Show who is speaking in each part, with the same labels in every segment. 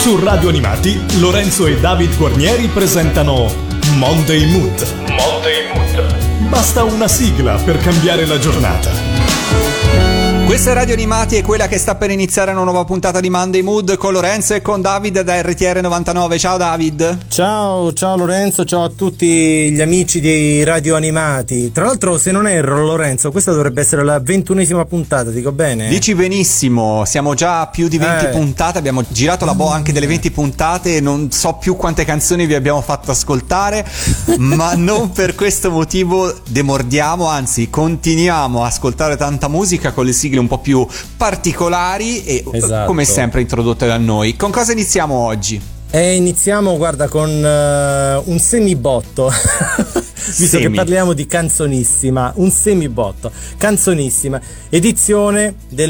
Speaker 1: Su Radio Animati, Lorenzo e David Guarnieri presentano Monday Mood. Monday Mood. Basta una sigla per cambiare la giornata.
Speaker 2: Questa è Radio Animati e quella che sta per iniziare una nuova puntata di Monday Mood con Lorenzo e con David da RTR 99. Ciao David.
Speaker 3: Ciao Lorenzo, ciao a tutti gli amici di Radio Animati. Tra l'altro, se non erro Lorenzo, questa dovrebbe essere la 21esima puntata, dico bene?
Speaker 2: Dici benissimo, siamo già a più di 20 puntate, abbiamo girato la boa anche delle 20 puntate, non so più quante canzoni vi abbiamo fatto ascoltare, ma non per questo motivo demordiamo, anzi continuiamo a ascoltare tanta musica con le sigle un po' più particolari e come sempre introdotte da noi. Con cosa iniziamo oggi?
Speaker 3: Iniziamo, guarda, con un semibotto. Visto che parliamo di canzonissima, un semibotto, canzonissima, edizione del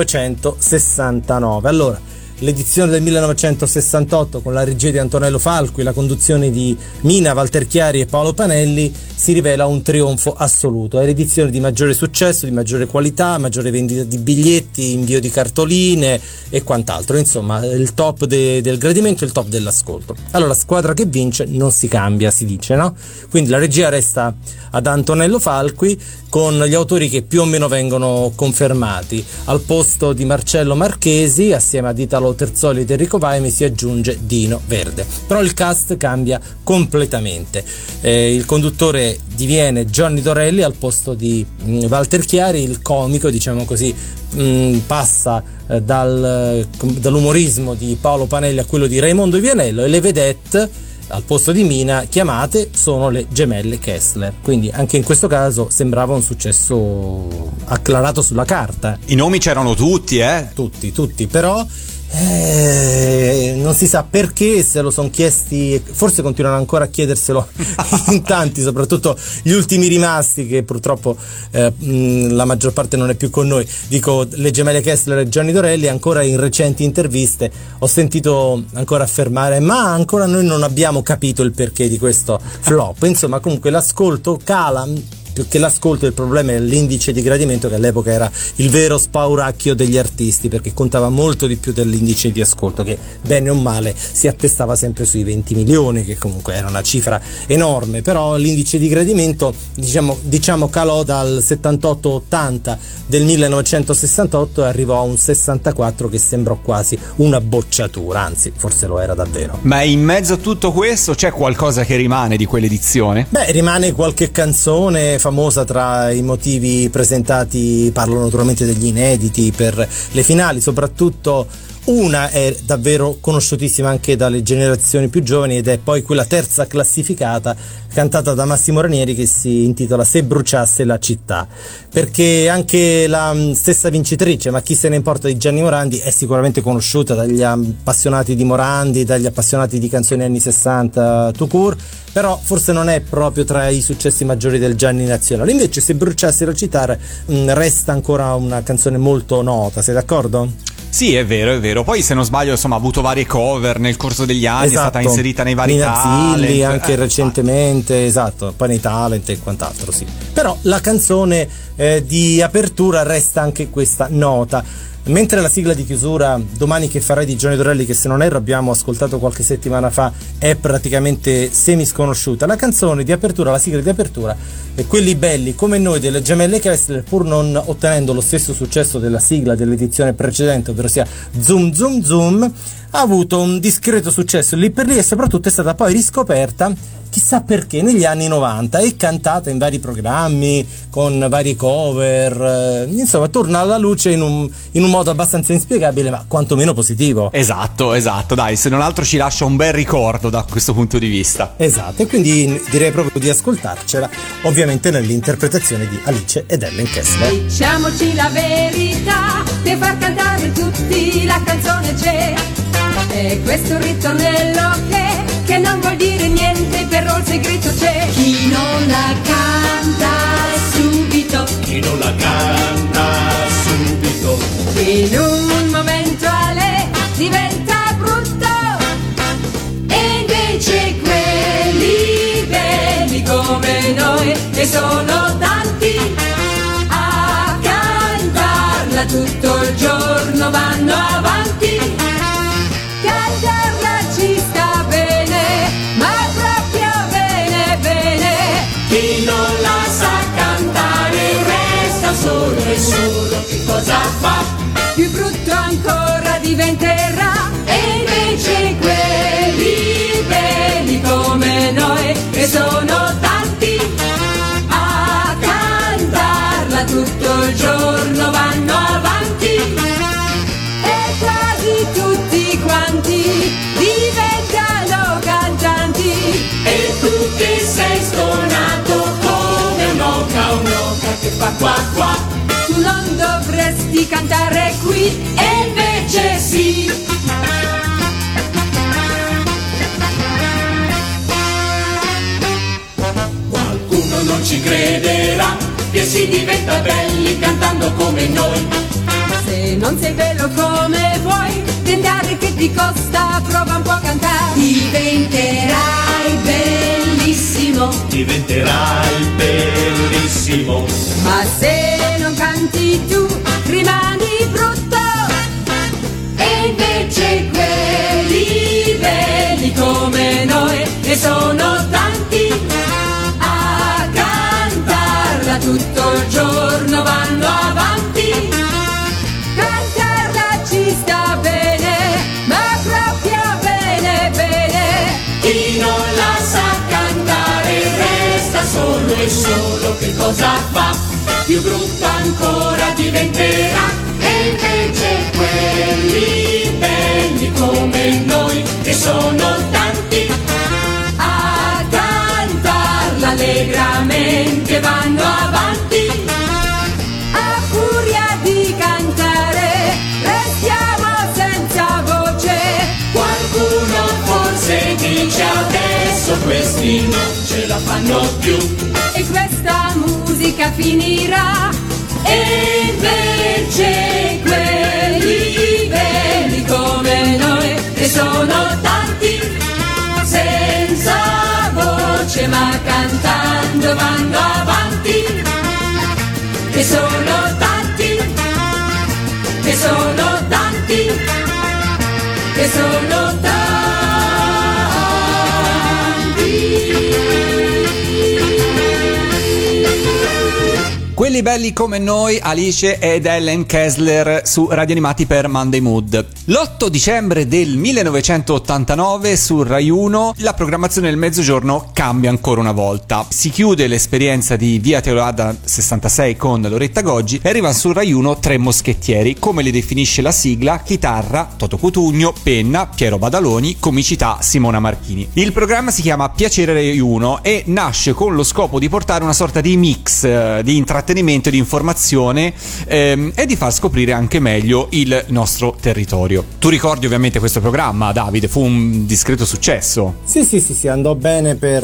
Speaker 3: 1969. Allora, l'edizione del 1968 con la regia di Antonello Falqui, la conduzione di Mina, Walter Chiari e Paolo Panelli si rivela un trionfo assoluto. È l'edizione di maggiore successo, di maggiore qualità, maggiore vendita di biglietti, invio di cartoline e quant'altro. Insomma, il top del gradimento e il top dell'ascolto. Allora, squadra che vince non si cambia, si dice, no? Quindi la regia resta ad Antonello Falqui con gli autori che più o meno vengono confermati. Al posto di Marcello Marchesi, assieme ad Italo Terzoli ed Enrico Vaimi, si aggiunge Dino Verde. Però il cast cambia completamente. Il conduttore diviene Johnny Dorelli al posto di Walter Chiari, il comico, diciamo così, passa dall'umorismo di Paolo Panelli a quello di Raimondo Vianello, e le vedette al posto di Mina chiamate sono le gemelle Kessler. Quindi anche in questo caso sembrava un successo acclarato sulla carta.
Speaker 2: I nomi c'erano tutti,
Speaker 3: tutti, però non si sa perché, se lo sono chiesti, forse continuano ancora a chiederselo in tanti, soprattutto gli ultimi rimasti, che purtroppo la maggior parte non è più con noi. Dico, le gemelle Kessler e Johnny Dorelli, ancora in recenti interviste ho sentito ancora affermare: ma ancora noi non abbiamo capito il perché di questo flop. Insomma, comunque l'ascolto cala. Più che l'ascolto, il problema è l'indice di gradimento, che all'epoca era il vero spauracchio degli artisti, perché contava molto di più dell'indice di ascolto, che bene o male si attestava sempre sui 20 milioni, che comunque era una cifra enorme. Però l'indice di gradimento diciamo calò dal 78-80 del 1968 e arrivò a un 64 che sembrò quasi una bocciatura, anzi forse lo era davvero.
Speaker 2: Ma in mezzo a tutto questo c'è qualcosa che rimane di quell'edizione?
Speaker 3: Beh, rimane qualche canzone famosa tra i motivi presentati. Parlo naturalmente degli inediti per le finali, soprattutto una è davvero conosciutissima anche dalle generazioni più giovani, ed è poi quella terza classificata, cantata da Massimo Ranieri, che si intitola Se bruciasse la città, perché anche la stessa vincitrice, Ma chi se ne importa, di Gianni Morandi, è sicuramente conosciuta dagli appassionati di Morandi, dagli appassionati di canzoni anni 60 tout court, però forse non è proprio tra i successi maggiori del Gianni nazionale. Invece Se bruciasse la città resta ancora una canzone molto nota, sei d'accordo?
Speaker 2: Sì, è vero. Poi, se non sbaglio, insomma, ha avuto varie cover nel corso degli anni,
Speaker 3: esatto.
Speaker 2: È stata inserita nei vari
Speaker 3: talent, anche recentemente, esatto, poi nei talent e quant'altro, sì. Però la canzone di apertura resta anche questa nota. Mentre la sigla di chiusura, Domani che farai, di Johnny Dorelli, che se non erro abbiamo ascoltato qualche settimana fa, è praticamente semi sconosciuta, la canzone di apertura, la sigla di apertura, Quelli belli come noi delle gemelle Kessler, pur non ottenendo lo stesso successo della sigla dell'edizione precedente, ovvero sia Zoom Zoom Zoom, ha avuto un discreto successo lì per lì, e soprattutto è stata poi riscoperta, chissà perché, negli anni 90 e cantata in vari programmi con varie cover. Insomma, torna alla luce in un modo abbastanza inspiegabile, ma quantomeno positivo.
Speaker 2: Esatto, dai, se non altro ci lascia un bel ricordo da questo punto di vista.
Speaker 3: Esatto, e quindi direi proprio di ascoltarcela, ovviamente nell'interpretazione di Alice ed Ellen Kessler.
Speaker 4: Diciamoci la verità, per far cantare tutti la canzone c'è, e questo ritornello che non vuol dire niente, però il segreto c'è. Chi non la canta subito, in un momento Ale diventa brutto, e invece quelli belli come noi, e sono tanti, a cantarla tutto il giorno vanno avanti. Canta diventerà. E invece quelli belli come noi, che sono tanti, a cantarla tutto il giorno vanno avanti, e quasi tutti quanti diventano cantanti.
Speaker 5: E tu che sei stonato come un'oca che fa qua qua,
Speaker 4: Tu non dovresti cantare qui, e invece sì.
Speaker 5: qualcuno non ci crederà che si diventa belli cantando come noi.
Speaker 4: Se non sei bello come vuoi, tentare che ti costa, prova un po' a cantare. Diventerai bellissimo,
Speaker 5: Diventerai bellissimo.
Speaker 4: ma se non canti tu rimani brutto. E invece quelli belli come noi, e sono tanti, a cantarla tutto il giorno vanno avanti. Cantarla ci sta bene, ma proprio bene bene.
Speaker 5: Chi non la sa cantare resta solo e solo che cosa fa? Più brutto ancora diventerà. E invece quelli belli come noi, che sono tanti,
Speaker 4: A cantarla allegramente vanno avanti. A furia di cantare restiamo senza voce.
Speaker 5: qualcuno forse dice adesso questi non ce la fanno più.
Speaker 4: E questa musica finirà. E invece quelli belli come noi, che sono tanti, senza voce ma cantando vanno avanti. Che sono tanti, che sono tanti, che sono tanti.
Speaker 2: Quelli belli come noi, Alice ed Ellen Kessler su Radio Animati per Monday Mood. L'8 dicembre del 1989 su Rai 1 la programmazione del mezzogiorno cambia ancora una volta. Si chiude l'esperienza di Via Teolada 66 con Loretta Goggi e arriva su Rai 1 Tre Moschettieri, come li definisce la sigla: chitarra Toto Cutugno, penna Piero Badaloni, comicità Simona Marchini. Il programma si chiama Piacere Rai 1 e nasce con lo scopo di portare una sorta di mix di intrattenimento e di informazione e di far scoprire anche meglio il nostro territorio. Tu ricordi ovviamente questo programma, Davide? Fu un discreto successo.
Speaker 3: Sì, andò bene per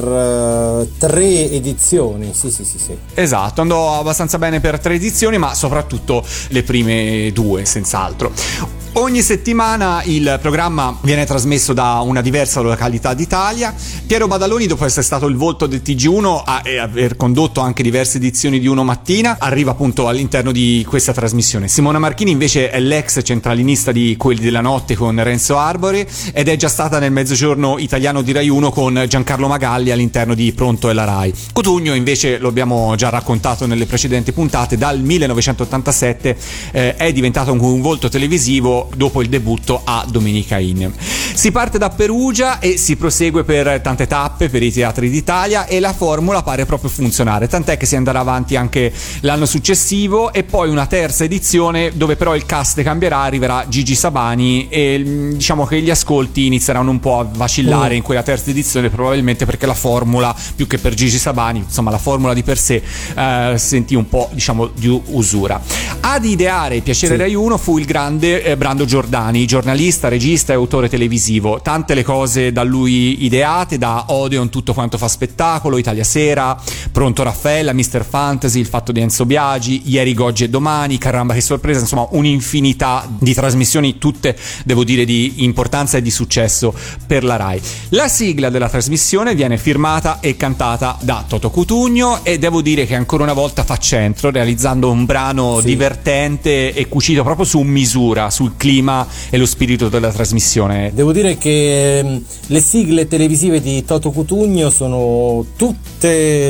Speaker 3: 3 edizioni. Sì.
Speaker 2: Esatto, andò abbastanza bene per 3 edizioni, ma soprattutto le prime 2, senz'altro. Ogni settimana il programma viene trasmesso da una diversa località d'Italia. Piero Badaloni, dopo essere stato il volto del TG1 e aver condotto anche diverse edizioni di Uno Mattina, arriva appunto all'interno di questa trasmissione. Simona Marchini invece è l'ex centralinista di Quelli della Notte con Renzo Arbore ed è già stata nel mezzogiorno italiano di Rai 1 con Giancarlo Magalli all'interno di Pronto è la Rai. Cotugno invece, lo abbiamo già raccontato nelle precedenti puntate, dal 1987 è diventato un volto televisivo dopo il debutto a Domenica In. Si parte da Perugia e si prosegue per tante tappe, per i teatri d'Italia, e la formula pare proprio funzionare, tant'è che si andrà avanti anche l'anno successivo, e poi una terza edizione dove però il cast cambierà, arriverà Gigi Sabani e diciamo che gli ascolti inizieranno un po' a vacillare in quella terza edizione, probabilmente perché la formula, più che per Gigi Sabani, insomma la formula di per sé sentì un po', diciamo, di usura. Ad ideare Piacere Rai 1 fu il grande Brando Giordani, giornalista, regista e autore televisivo. Tante le cose da lui ideate, da Odeon, Tutto quanto fa spettacolo, Italia Sera, Pronto Raffaella, Mr. Fantasy, Il fatto di Enzo Biagi, Ieri, Oggi e Domani, Caramba che sorpresa, insomma un'infinità di trasmissioni, tutte devo dire di importanza e di successo per la Rai. La sigla della trasmissione viene firmata e cantata da Toto Cutugno e devo dire che ancora una volta fa centro, realizzando un brano divertente e cucito proprio su misura, sul clima e lo spirito della trasmissione.
Speaker 3: Devo dire che le sigle televisive di Toto Cutugno sono tutte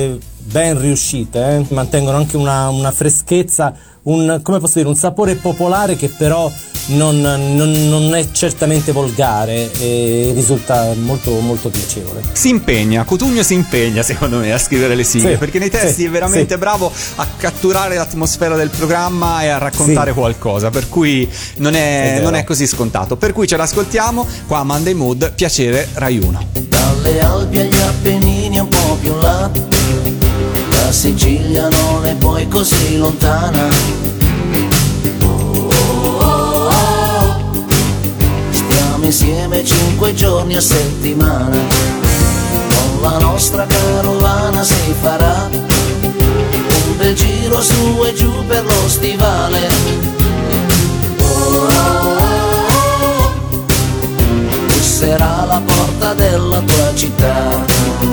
Speaker 3: ben riuscite, mantengono anche una freschezza, come posso dire, un sapore popolare che però non è certamente volgare e risulta molto molto piacevole.
Speaker 2: Cutugno si impegna secondo me a scrivere le sigle,
Speaker 3: sì,
Speaker 2: perché nei testi
Speaker 3: sì,
Speaker 2: è veramente
Speaker 3: sì,
Speaker 2: bravo a catturare l'atmosfera del programma e a raccontare
Speaker 3: sì,
Speaker 2: qualcosa, per cui non è così scontato, per cui ce l'ascoltiamo qua a Monday Mood, piacere Rai 1.
Speaker 6: Dalle Alpi agli Appennini un po' più in là, la Sicilia non è poi così lontana. Stiamo insieme 5 giorni a settimana, con la nostra carovana si farà un bel giro su e giù per lo stivale. Busserà la porta della tua città.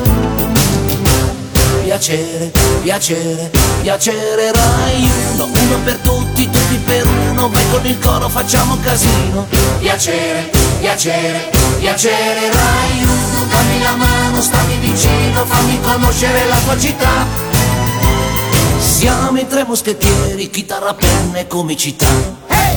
Speaker 6: Piacere, piacere, piacere Rai 1, uno per tutti, tutti per uno, vai con il coro facciamo casino. Piacere, piacere, piacere Rai 1, dammi la mano, stammi vicino, fammi conoscere la tua città. Siamo i tre moschettieri, chitarra, penna e comicità. Hey!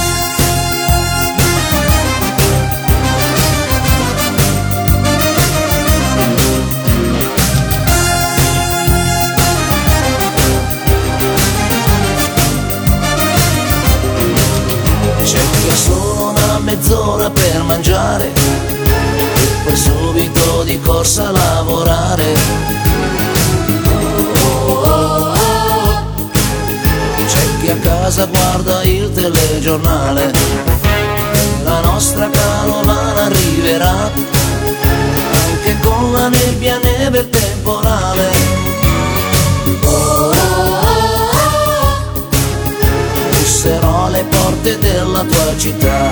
Speaker 6: C'è chi ha solo una mezz'ora per mangiare e poi subito di corsa a lavorare. C'è chi a casa guarda il telegiornale, la nostra carovana arriverà anche con la nebbia, neve e il temporale. Busserò alle porte della tua città.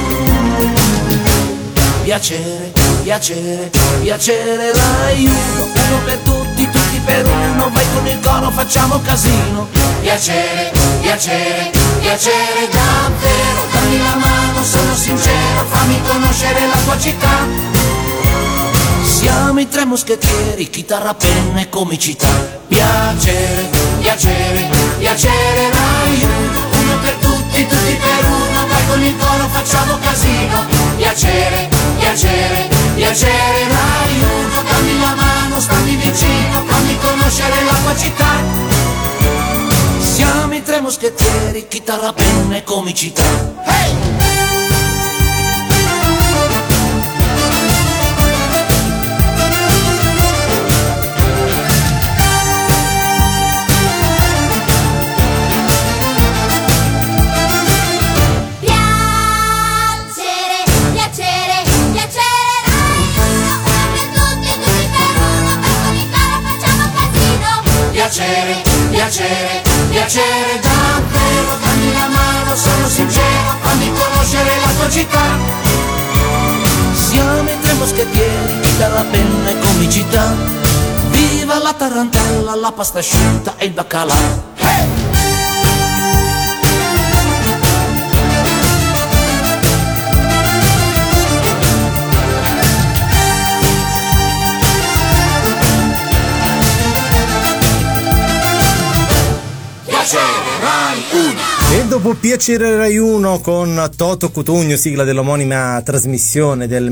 Speaker 6: Piacere, piacere, piacere Rai 1, uno per tutti, tutti per uno, vai con il coro facciamo casino. Piacere, piacere, piacere davvero, dammi la mano, sono sincero, fammi conoscere la tua città. Siamo i tre moschettieri, chitarra, penna e comicità. Piacere, piacere, piacere Rai 1, uno per tutti, tutti per uno, vai con il coro facciamo casino. Piacere, piacere, piacere Rai 1, dammi la mano, stammi vicino, fammi conoscere la tua città. Siamo i tre moschettieri, chitarra, penna e comicità. Hey! Piacere, piacere, piacere davvero, dammi la mano, sono sincero, fammi conoscere la tua città. Siamo i tre moschettieri, chitarra, penna e comicità. Viva la tarantella, la pasta asciutta e il baccalà. Hey!
Speaker 3: E dopo Piacere Rai 1 con Toto Cutugno, sigla dell'omonima trasmissione del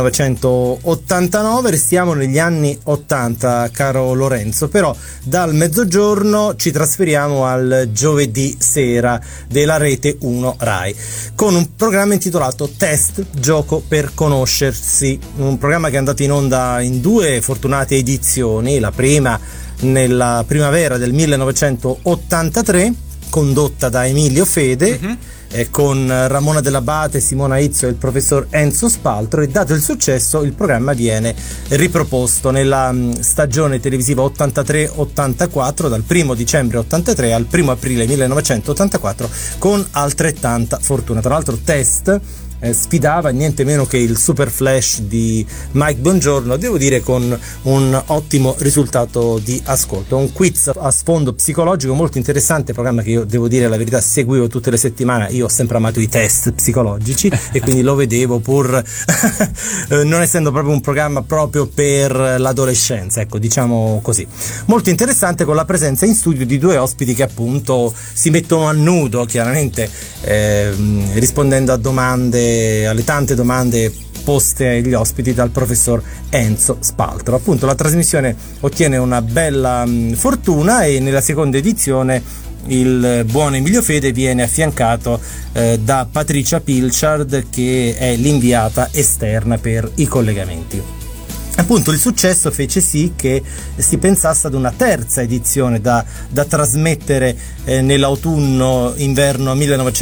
Speaker 3: 1989, restiamo negli anni 80, caro Lorenzo, però dal mezzogiorno ci trasferiamo al giovedì sera della rete 1 Rai con un programma intitolato Test, gioco per conoscersi, un programma che è andato in onda in 2 fortunate edizioni, la prima nella primavera del 1983, condotta da Emilio Fede, con Ramona Dell'Abate, Simona Izzo e il professor Enzo Spaltro, e dato il successo il programma viene riproposto nella stagione televisiva 83-84 dal 1 dicembre 83 al 1 aprile 1984 con altrettanta fortuna. Tra l'altro Test sfidava niente meno che il Super Flash di Mike Bongiorno, devo dire con un ottimo risultato di ascolto. Un quiz a sfondo psicologico molto interessante, programma che io devo dire la verità seguivo tutte le settimane. Io ho sempre amato i test psicologici e quindi lo vedevo pur non essendo proprio un programma proprio per l'adolescenza, ecco, diciamo così. Molto interessante, con la presenza in studio di due ospiti che appunto si mettono a nudo, chiaramente rispondendo a domande, alle tante domande poste agli ospiti dal professor Enzo Spaltro. Appunto la trasmissione ottiene una bella fortuna e nella seconda edizione il buon Emilio Fede viene affiancato da Patricia Pilchard, che è l'inviata esterna per i collegamenti. Appunto il successo fece sì che si pensasse ad una terza edizione da trasmettere nell'autunno-inverno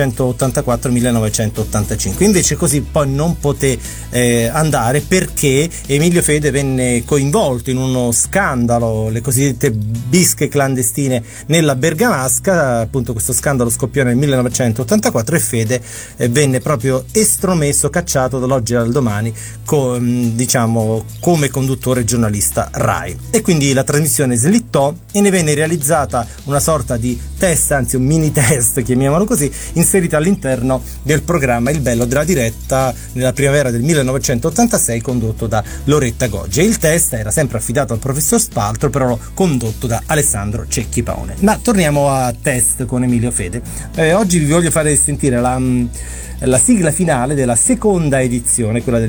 Speaker 3: 1984-1985. Invece così poi non poté andare, perché Emilio Fede venne coinvolto in uno scandalo, le cosiddette bische clandestine nella Bergamasca. Appunto questo scandalo scoppiò nel 1984 e Fede venne proprio estromesso, cacciato dall'oggi al domani, diciamo come conduttore giornalista Rai, e quindi la trasmissione slittò e ne venne realizzata una sorta di test, anzi un mini test, chiamiamolo così, inserito all'interno del programma Il bello della diretta nella primavera del 1986, condotto da Loretta Goggia. Il test era sempre affidato al professor Spaltro, però condotto da Alessandro Cecchi Paone. Ma torniamo a test con Emilio Fede. Oggi vi voglio fare sentire la sigla finale della seconda edizione, quella del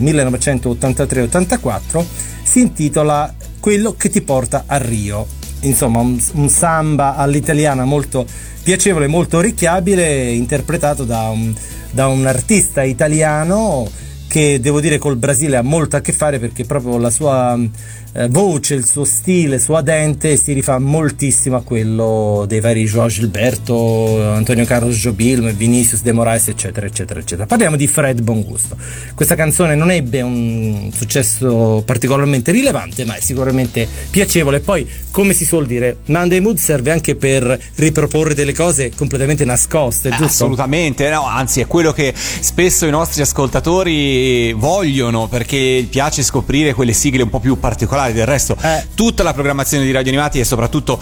Speaker 3: 1983-84, si intitola Quello che ti porta a Rio. Insomma, un samba all'italiana molto piacevole, molto orecchiabile, interpretato da un artista italiano che, devo dire, col Brasile ha molto a che fare, perché proprio la sua voce, il suo stile suadente si rifà moltissimo a quello dei vari João Gilberto, Antonio Carlos Jobim, Vinicius de Moraes, eccetera eccetera eccetera. Parliamo di Fred Bongusto. Questa canzone non ebbe un successo particolarmente rilevante, ma è sicuramente piacevole. Poi, come si suol dire, Monday Mood serve anche per riproporre delle cose completamente nascoste, giusto?
Speaker 2: Assolutamente, no, anzi è quello che spesso i nostri ascoltatori vogliono, perché piace scoprire quelle sigle un po' più particolari. Del resto tutta la programmazione di Radio Animati è soprattutto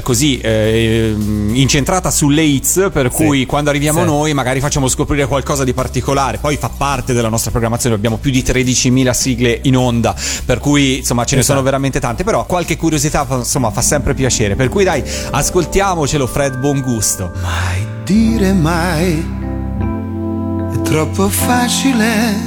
Speaker 2: incentrata sulle hits, per cui quando arriviamo noi magari facciamo scoprire qualcosa di particolare. Poi fa parte della nostra programmazione, abbiamo più di 13.000 sigle in onda, per cui insomma ce ne sono veramente tante, però qualche curiosità insomma fa sempre piacere, per cui dai, ascoltiamocelo Fred Bongusto.
Speaker 7: Mai dire mai, è troppo facile.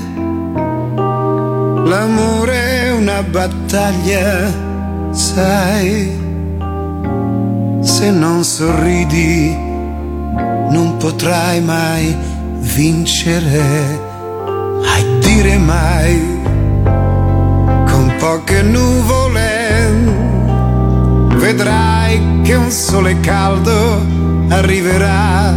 Speaker 7: L'amore è una battaglia, sai. Se non sorridi non potrai mai vincere. Mai dire mai, con poche nuvole vedrai che un sole caldo arriverà.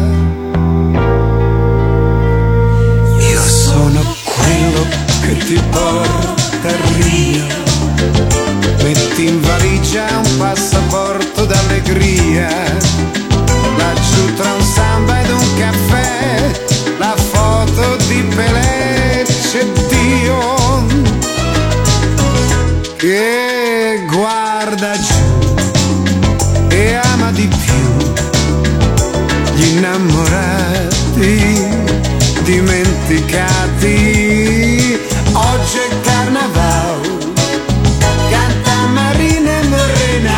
Speaker 7: Io sono quello che ti porta a Rio, metti in valigia un passaporto d'allegria, laggiù tra un samba ed un caffè, la foto di Pelé, c'è Dio che guarda giù e ama di più gli innamorati dimenticati. Oggi è carnaval, canta Marina Morena.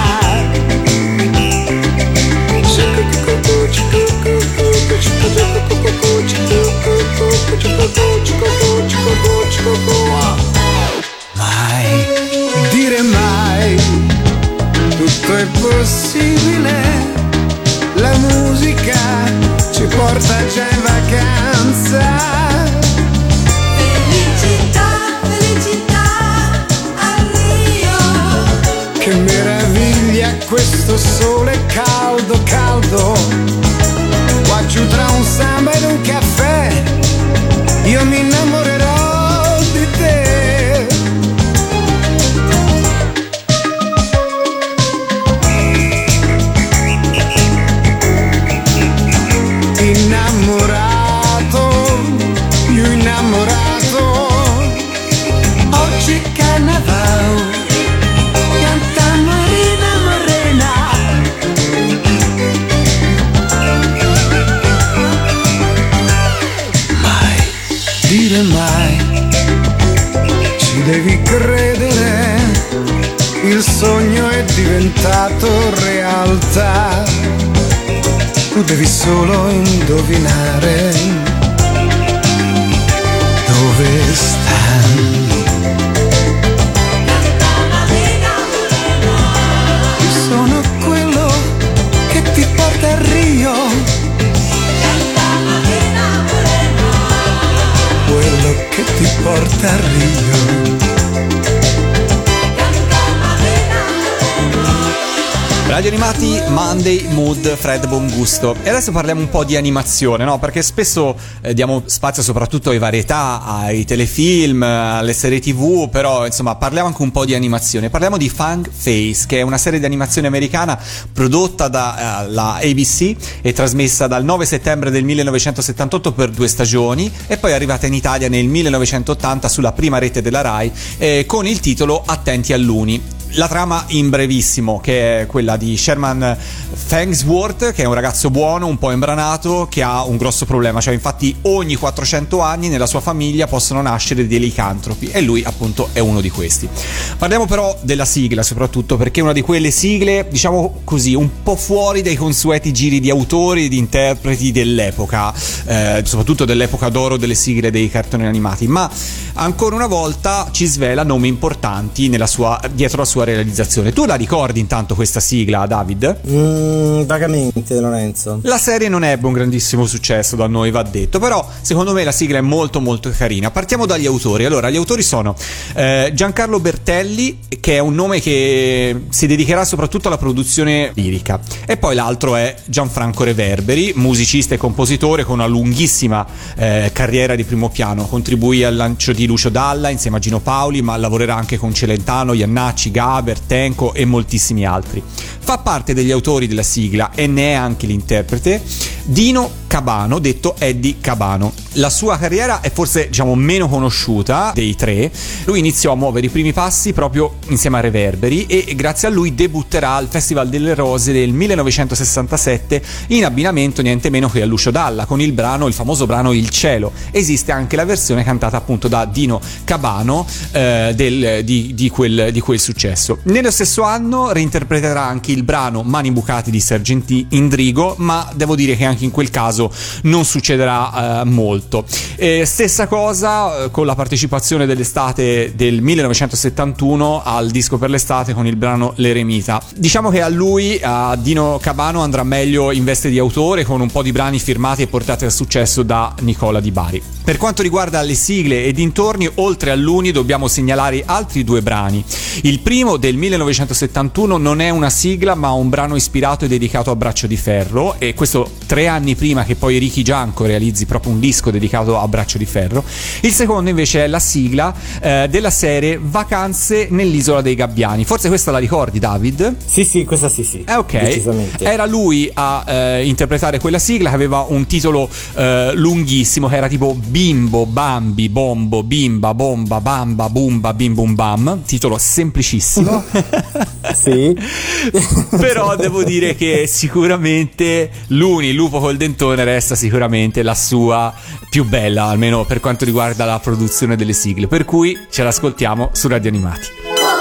Speaker 7: Mai dire mai, tutto è possibile. La musica ci porta già in vacanza. Che meraviglia questo sole caldo, caldo. Qua giù tra un samba ed un caffè, io mi innamorerò di te. Innamorato, più innamorato. devi credere, il sogno è diventato realtà, tu devi solo indovinare dove sta. Sono quello che ti porta a Rio, quello che ti porta a Rio.
Speaker 2: Radio Animati, Monday Mood, Fred Bongusto. E adesso parliamo un po' di animazione, no? Perché spesso diamo spazio soprattutto ai varietà, ai telefilm, alle serie TV, però insomma parliamo anche un po' di animazione. Parliamo di Fang Face, che è una serie di animazione americana prodotta dalla ABC e trasmessa dal 9 settembre del 1978 per 2 stagioni e poi è arrivata in Italia nel 1980 sulla prima rete della Rai con il titolo Attenti all'Uni. La trama in brevissimo, che è quella di Sherman Fangsworth, che è un ragazzo buono, un po' imbranato, che ha un grosso problema, cioè infatti ogni 400 anni nella sua famiglia possono nascere dei licantropi e lui appunto è uno di questi. Parliamo però della sigla soprattutto, perché è una di quelle sigle, diciamo così, un po' fuori dai consueti giri di autori e di interpreti dell'epoca, soprattutto dell'epoca d'oro delle sigle dei cartoni animati, ma ancora una volta ci svela nomi importanti dietro la sua realizzazione. Tu la ricordi intanto questa sigla, David?
Speaker 3: Vagamente, Lorenzo.
Speaker 2: La serie non ebbe un grandissimo successo da noi, va detto, però secondo me la sigla è molto molto carina. Partiamo dagli autori. Allora, gli autori sono Giancarlo Bertelli, che è un nome che si dedicherà soprattutto alla produzione lirica, e poi l'altro è Gianfranco Reverberi, musicista e compositore con una lunghissima carriera di primo piano. Contribuì al lancio di Lucio Dalla insieme a Gino Paoli, ma lavorerà anche con Celentano, Iannacci, Gaber, Tenco e moltissimi altri. Fa parte degli autori della sigla e ne è anche l'interprete Dino Cabano, detto Eddie Cabano. La sua carriera è forse, diciamo, meno conosciuta dei tre. Lui iniziò a muovere i primi passi proprio insieme a Reverberi e grazie a lui debutterà al Festival delle Rose del 1967 in abbinamento niente meno che a Lucio Dalla con il famoso brano Il Cielo. Esiste anche la versione cantata appunto da Dino Cabano di quel successo. Nello stesso anno reinterpreterà anche il brano Mani bucate di Sergenti Indrigo, ma devo dire che anche in quel caso non succederà molto. Stessa cosa con la partecipazione dell'estate del 1971 al disco per l'estate con il brano L'Eremita. Diciamo che a Dino Cabano andrà meglio in veste di autore, con un po' di brani firmati e portati al successo da Nicola Di Bari. Per quanto riguarda le sigle e dintorni, oltre all'Uni dobbiamo segnalare altri 2 brani. Il primo, del 1971, non è una sigla ma un brano ispirato e dedicato a Braccio di Ferro, e questo 3 anni prima che poi Ricky Gianco realizzi proprio un disco dedicato a Braccio di Ferro. Il secondo invece è la sigla della serie Vacanze nell'isola dei Gabbiani. Forse questa la ricordi, David?
Speaker 3: Sì, questa sì.
Speaker 2: Ok.
Speaker 3: Decisamente.
Speaker 2: Era lui a interpretare quella sigla, che aveva un titolo lunghissimo, che era tipo Bimbo, Bambi, Bombo, Bimba, Bomba, Bamba, Bumba, Bim Bum Bam. Titolo semplicissimo.
Speaker 3: Sì.
Speaker 2: Però devo dire che sicuramente l'Uni, il lupo col dentone, resta sicuramente la sua più bella, almeno per quanto riguarda la produzione delle sigle, per cui ce l'ascoltiamo su Radio Animati.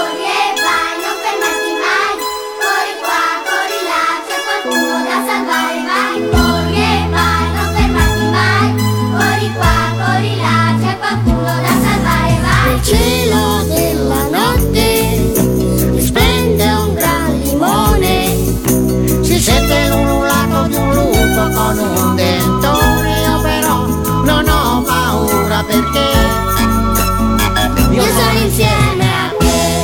Speaker 8: Cielo della notte risplende un gran limone, si sente l'ululato di un lupo con un dentone. Io però non ho paura perché io sono insieme a te.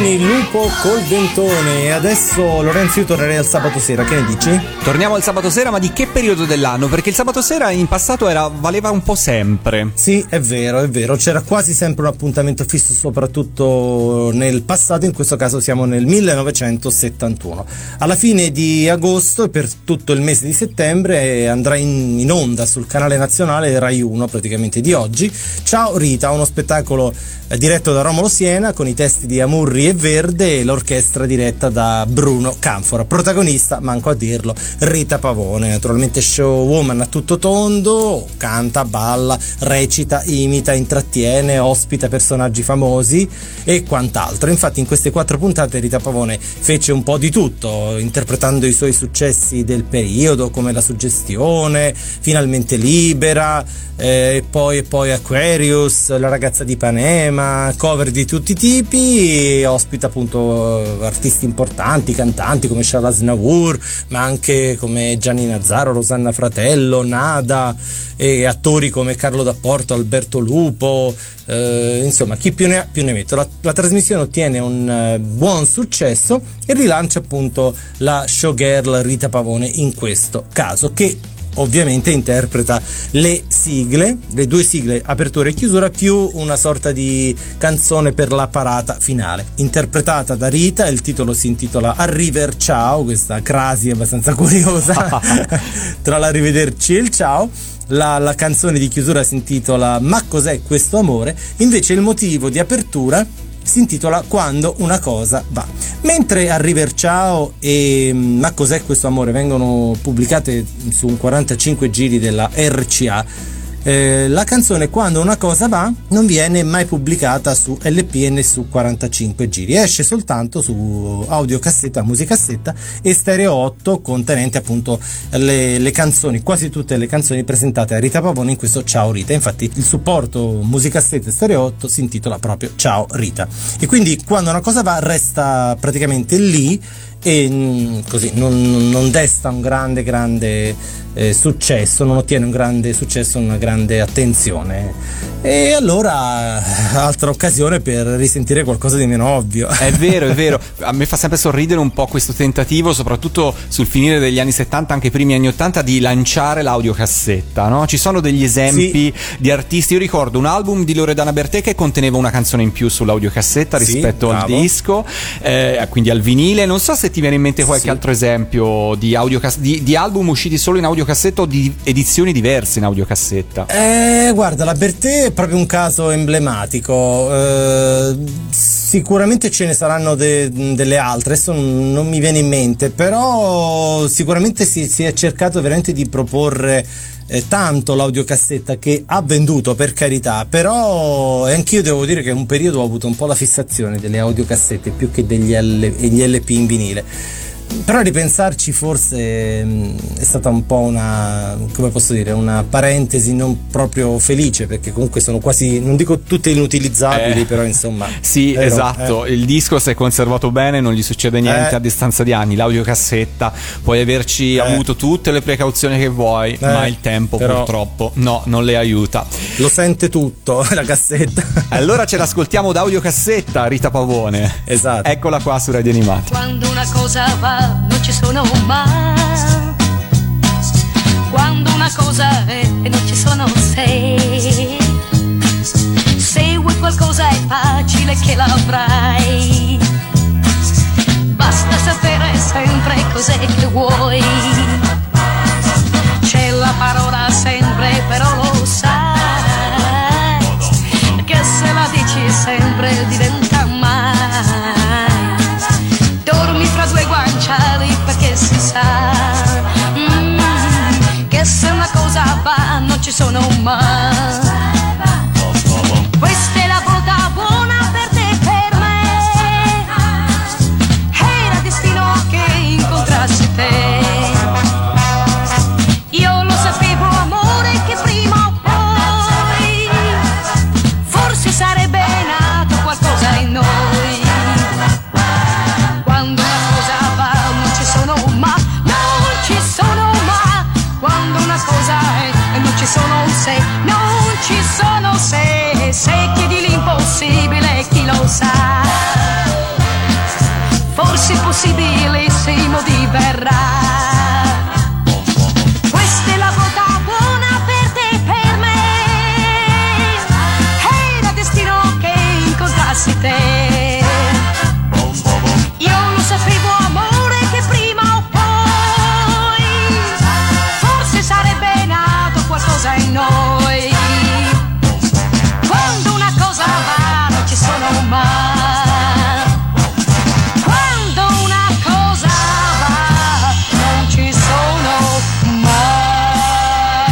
Speaker 3: il lupo col dentone. E adesso, Lorenzo, io tornerei al sabato sera, che ne dici?
Speaker 2: Torniamo al sabato sera, ma di che periodo dell'anno? Perché il sabato sera in passato valeva un po' sempre.
Speaker 3: Sì, è vero, c'era quasi sempre un appuntamento fisso, soprattutto nel passato. In questo caso siamo nel 1971. Alla fine di agosto e per tutto il mese di settembre andrà in onda sul canale nazionale Rai 1, praticamente di oggi, Ciao Rita, uno spettacolo diretto da Romolo Siena con i testi di Amurri e Verde e l'orchestra diretta da Bruno Canfora. Protagonista, manco a dirlo, Rita Pavone, naturalmente showwoman a tutto tondo, canta, balla, recita, imita, intrattiene, ospita personaggi famosi e quant'altro. Infatti in queste 4 puntate Rita Pavone fece un po' di tutto, interpretando i suoi successi del periodo come La suggestione, Finalmente libera, e poi Aquarius, La ragazza di Ipanema, cover di tutti i tipi, ospita appunto artisti importanti, cantanti come Shahla Aznavour, ma anche come Gianni Nazzaro, Rosanna Fratello, Nada, e attori come Carlo D'Apporto, Alberto Lupo, insomma chi più ne ha più ne mette. La trasmissione ottiene un buon successo e rilancia appunto la showgirl Rita Pavone in questo caso, che ovviamente interpreta le 2 sigle apertura e chiusura più una sorta di canzone per la parata finale interpretata da Rita. Il titolo si intitola Arriver Ciao, questa crasi abbastanza curiosa tra l'arrivederci e il ciao. La canzone di chiusura si intitola Ma cos'è questo amore, invece il motivo di apertura si intitola Quando una cosa va. Mentre Arriver Ciao e Ma cos'è questo amore vengono pubblicate su un 45 giri della RCA, la canzone Quando una cosa va non viene mai pubblicata su LP né su 45 giri, esce soltanto su audiocassetta, musicassetta e stereo 8 contenente appunto le canzoni, quasi tutte le canzoni presentate a Rita Pavone in questo Ciao Rita. Infatti il supporto musicassetta e stereo 8 si intitola proprio Ciao Rita, e quindi Quando una cosa va resta praticamente lì e così non desta un grande successo, non ottiene un grande successo, una grande attenzione. E allora altra occasione per risentire qualcosa di meno ovvio.
Speaker 2: È vero, a me fa sempre sorridere un po' questo tentativo, soprattutto sul finire degli anni 70, anche primi anni 80, di lanciare l'audiocassetta, no? Ci sono degli esempi di artisti. Io ricordo un album di Loredana Bertè che conteneva una canzone in più sull'audiocassetta rispetto al disco, quindi al vinile. Non so se ti viene in mente qualche altro esempio di album usciti solo in audiocassetta o di edizioni diverse in audiocassetta.
Speaker 3: Guarda, la Bertè è proprio un caso emblematico. Sicuramente ce ne saranno delle altre, adesso non mi viene in mente, però sicuramente si è cercato veramente di proporre tanto l'audiocassetta, che ha venduto, per carità, però anch'io devo dire che un periodo ho avuto un po' la fissazione delle audiocassette più che degli LP in vinile. Però a ripensarci forse è stata un po' una parentesi non proprio felice, perché comunque sono quasi, non dico tutte inutilizzabili, però insomma.
Speaker 2: Sì, vero, esatto, il disco si è conservato bene, non gli succede niente a distanza di anni. L'audiocassetta puoi averci avuto tutte le precauzioni che vuoi, ma il tempo purtroppo non le aiuta.
Speaker 3: Lo sente tutto la cassetta.
Speaker 2: Allora ce l'ascoltiamo da audiocassetta, Rita Pavone.
Speaker 3: Esatto.
Speaker 2: Eccola qua su Radio Animati.
Speaker 9: Quando una cosa va non ci sono mai, quando una cosa è e non ci sono sei, se vuoi qualcosa è facile che l'avrai, basta sapere sempre cos'è che vuoi, c'è la parola sempre però lo sai, che se la dici sempre diventa mai. Dormi fra due guanciali perché si sa che se una cosa va non ci sono mai. Questa è la volta buona per te e per me, era destino che incontrassi te. Io lo sapevo amore che prima o poi forse sarebbe nato qualcosa in noi. Quando una cosa va non ci sono ma, non ci sono ma. Quando una cosa è e non ci sono un se, non se possibile siamo di verrà. Questa è la volta buona per te e per me, era destino che incontrassi te. Io lo sapevo amore che prima o poi forse sarebbe nato qualcosa in noi. Quando una cosa va non ci sono mai. Quando una cosa va non ci sono mai.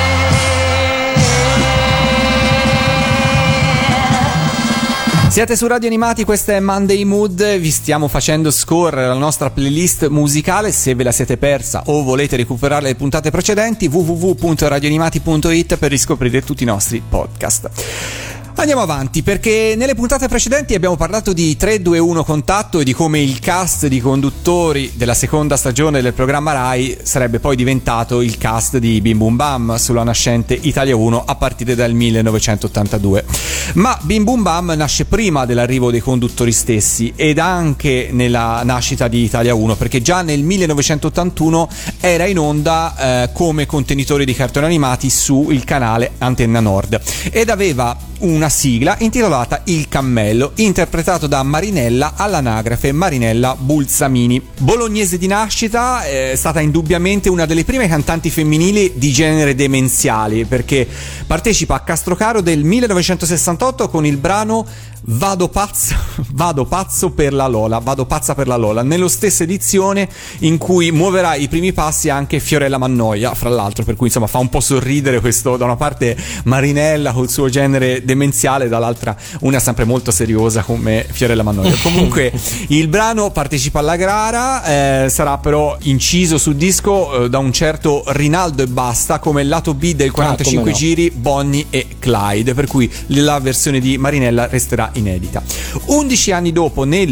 Speaker 2: Siete su Radio Animati, questa è Monday Mood, vi stiamo facendo scorrere la nostra playlist musicale. Se ve la siete persa o volete recuperare le puntate precedenti, www.radioanimati.it per riscoprire tutti i nostri podcast. Andiamo avanti, perché nelle puntate precedenti abbiamo parlato di 3-2-1 Contatto e di come il cast di conduttori della seconda stagione del programma Rai sarebbe poi diventato il cast di Bim Bum Bam sulla nascente Italia 1 a partire dal 1982. Ma Bim Bum Bam nasce prima dell'arrivo dei conduttori stessi ed anche nella nascita di Italia 1, perché già nel 1981 era in onda come contenitore di cartoni animati su il canale Antenna Nord ed aveva una sigla intitolata Il Cammello, interpretato da Marinella, all'anagrafe Marinella Bulzamini. Bolognese di nascita, è stata indubbiamente una delle prime cantanti femminili di genere demenziali, perché partecipa a Castrocaro del 1968 con il brano Vado pazza per la Lola, nello stessa edizione in cui muoverà i primi passi anche Fiorella Mannoia, fra l'altro, per cui insomma fa un po' sorridere questo, da una parte Marinella col suo genere demenziale, dall'altra una sempre molto seriosa come Fiorella Mannoia. Comunque il brano partecipa alla gara, sarà però inciso sul disco da un certo Rinaldo e Basta come lato B del 45 giri Bonnie e Clyde, per cui la versione di Marinella resterà inedita. 11 anni dopo, nel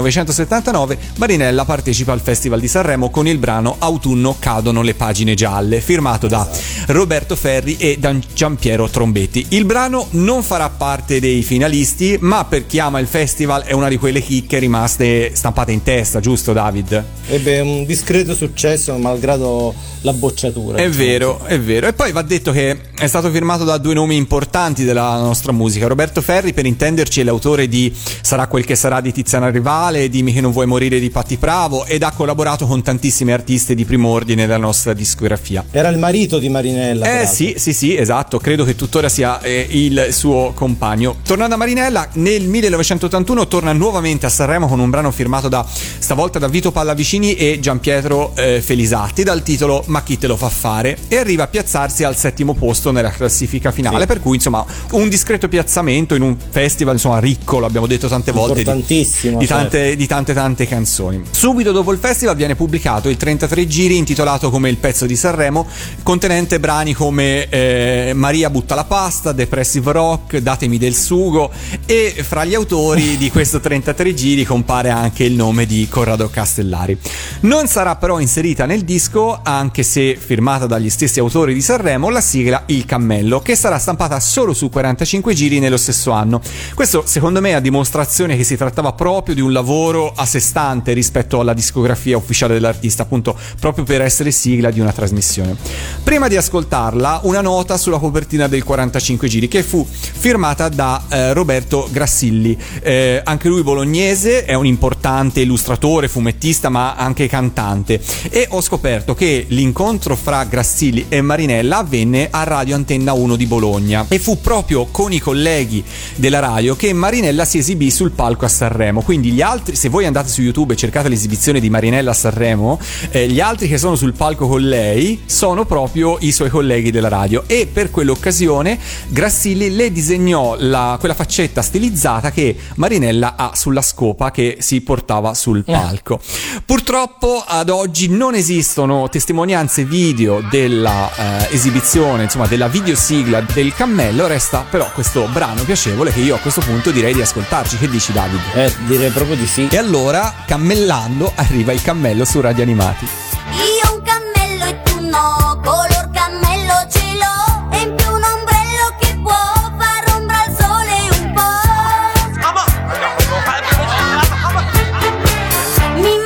Speaker 2: 1979, Marinella partecipa al Festival di Sanremo con il brano Autunno cadono le pagine gialle, firmato da Roberto Ferri e da Giampiero Trombetti. Il brano non farà parte dei finalisti, ma per chi ama il festival è una di quelle chicche rimaste stampate in testa, giusto David?
Speaker 3: Ebbe un discreto successo malgrado la bocciatura.
Speaker 2: È vero. E poi va detto che è stato firmato da due nomi importanti della nostra musica. Roberto Ferri, per intenderci, è l'autore di Sarà quel che sarà di Tiziana Rivale, Dimmi che non vuoi morire di Patti Bravo, ed ha collaborato con tantissime artiste di primo ordine della nostra discografia.
Speaker 3: Era il marito di Marinella.
Speaker 2: Sì, esatto, credo che tuttora sia il suo compagno. Tornando a Marinella, nel 1981 torna nuovamente a Sanremo con un brano firmato stavolta da Vito Pallavicini e Giampietro Felisatti, dal titolo Ma chi te lo fa fare, e arriva a piazzarsi al 7° posto nella classifica finale, per cui insomma un discreto piazzamento in un festival insomma ricco, l'abbiamo detto tante volte,
Speaker 3: importantissimo,
Speaker 2: di tante canzoni. Subito dopo il festival viene pubblicato il 33 giri intitolato come Il pezzo di Sanremo, contenente brani come Maria butta la pasta, Depressive Rock, Datemi del sugo, e fra gli autori di questo 33 giri compare anche il nome di Corrado Castellari. Non sarà però inserita nel disco, anche se firmata dagli stessi autori di Sanremo, la sigla Il Cammello, che sarà stampata solo su 45 giri nello stesso anno. Questo secondo me è a dimostrazione che si trattava proprio di un lavoro a sé stante rispetto alla discografia ufficiale dell'artista, appunto proprio per essere sigla di una trasmissione. Prima di ascoltarla, una nota sulla copertina del 45 giri, che fu firmata da Roberto Grassilli, anche lui bolognese, è un importante illustratore, fumettista ma anche cantante, e ho scoperto che l'incontro fra Grassilli e Marinella avvenne a Radio Antenna 1 di Bologna, e fu proprio con i colleghi della radio che Marinella si esibì sul palco a Sanremo. Quindi gli altri, se voi andate su YouTube e cercate l'esibizione di Marinella a Sanremo, gli altri che sono sul palco con lei sono proprio i suoi colleghi della radio, e per quell'occasione Grassilli le disegnò quella faccetta stilizzata che Marinella ha sulla scopa che si portava sul palco. Purtroppo ad oggi non esistono testimonianze video della esibizione, insomma della videosigla del Cammello. Resta però questo brano piacevole che io a questo punto direi di ascoltarci. Che dici David?
Speaker 3: Direi proprio di sì.
Speaker 2: E allora, cammellando, arriva il Cammello su Radio Animati.
Speaker 8: Io un cammello e tu no, color cammello ce l'ho, e in più un ombrello che può far ombra al sole un po'. Mi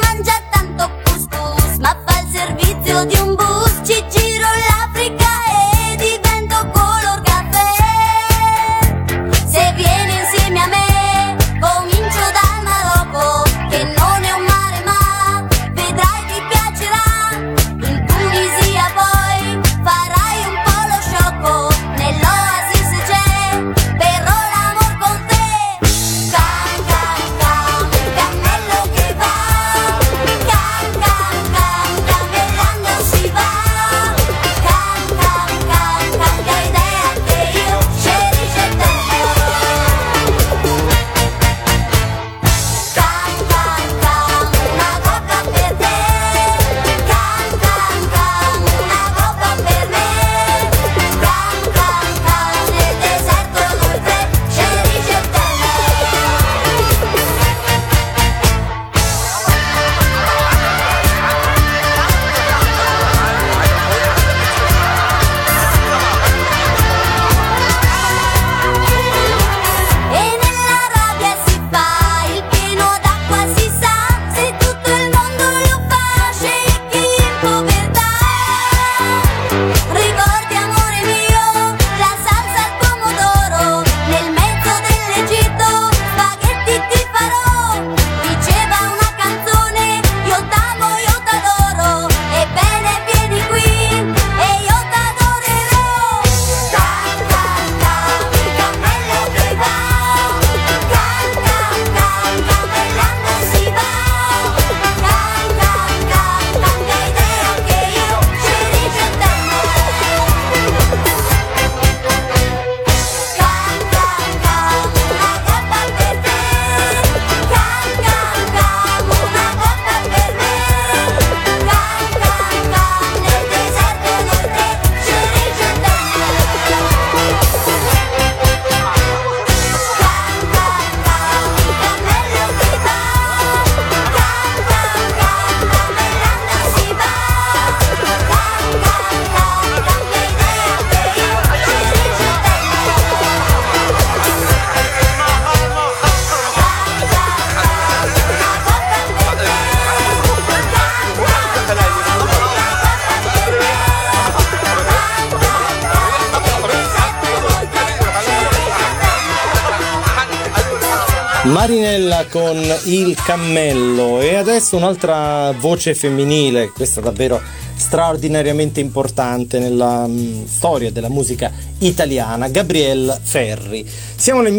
Speaker 3: Marinella con Il Cammello. E adesso un'altra voce femminile, questa davvero straordinariamente importante nella storia della musica italiana, Gabriella Ferri. Siamo nel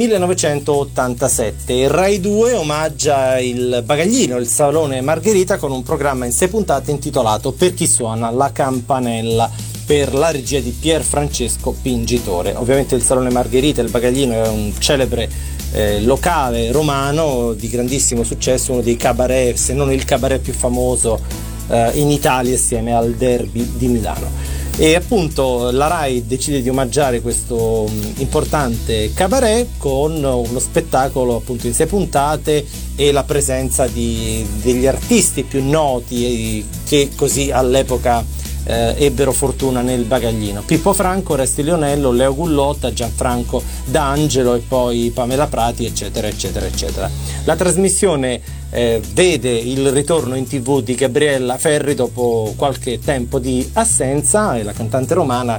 Speaker 3: 1987 e Rai 2 omaggia il Bagaglino, il Salone Margherita, con un programma in 6 puntate intitolato Per chi suona la campanella, per la regia di Pier Francesco Pingitore. Ovviamente il Salone Margherita, il Bagaglino, è un celebre locale romano di grandissimo successo, uno dei cabaret, se non il cabaret più famoso in Italia, assieme al Derby di Milano. E appunto la Rai decide di omaggiare questo importante cabaret con uno spettacolo appunto in 6 puntate e la presenza degli artisti più noti che così all'epoca ebbero fortuna nel Bagaglino: Pippo Franco, Oreste Lionello, Leo Gullotta, Gianfranco D'Angelo e poi Pamela Prati, eccetera eccetera eccetera. La trasmissione vede il ritorno in TV di Gabriella Ferri dopo qualche tempo di assenza, e la cantante romana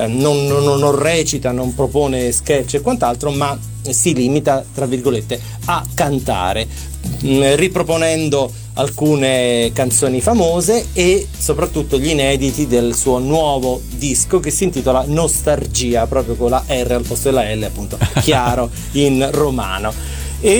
Speaker 3: non recita, non propone sketch e quant'altro, ma si limita, tra virgolette, a cantare, riproponendo alcune canzoni famose e soprattutto gli inediti del suo nuovo disco, che si intitola Nostalgia, proprio con la R al posto della L, appunto, chiaro in romano.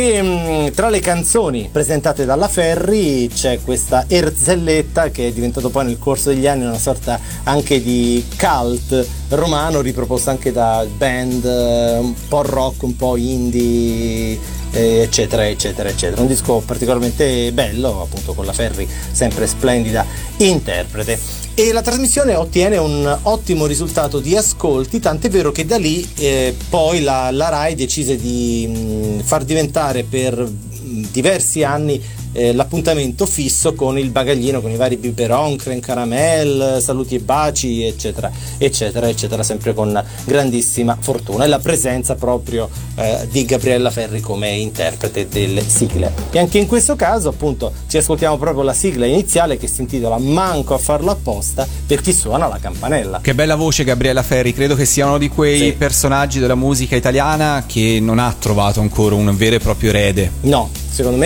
Speaker 3: E tra le canzoni presentate dalla Ferri c'è questa Erzelletta, che è diventato poi nel corso degli anni una sorta anche di cult romano, riproposta anche da band un po' rock, un po' indie, eccetera eccetera eccetera. Un disco particolarmente bello, appunto, con la Ferri sempre splendida interprete. E la trasmissione ottiene un ottimo risultato di ascolti, tant'è vero che da lì poi la Rai decise di far diventare per diversi anni l'appuntamento fisso con il Bagaglino, con i vari biberon, creme caramel, saluti e baci, eccetera eccetera eccetera, sempre con grandissima fortuna, e la presenza proprio di Gabriella Ferri come interprete delle sigle. E anche in questo caso, appunto, ci ascoltiamo proprio la sigla iniziale, che si intitola Manco a farlo apposta, per chi suona la campanella.
Speaker 2: Che bella voce Gabriella Ferri, credo che sia uno di quei personaggi della musica italiana che non ha trovato ancora un vero e proprio erede.
Speaker 3: No, secondo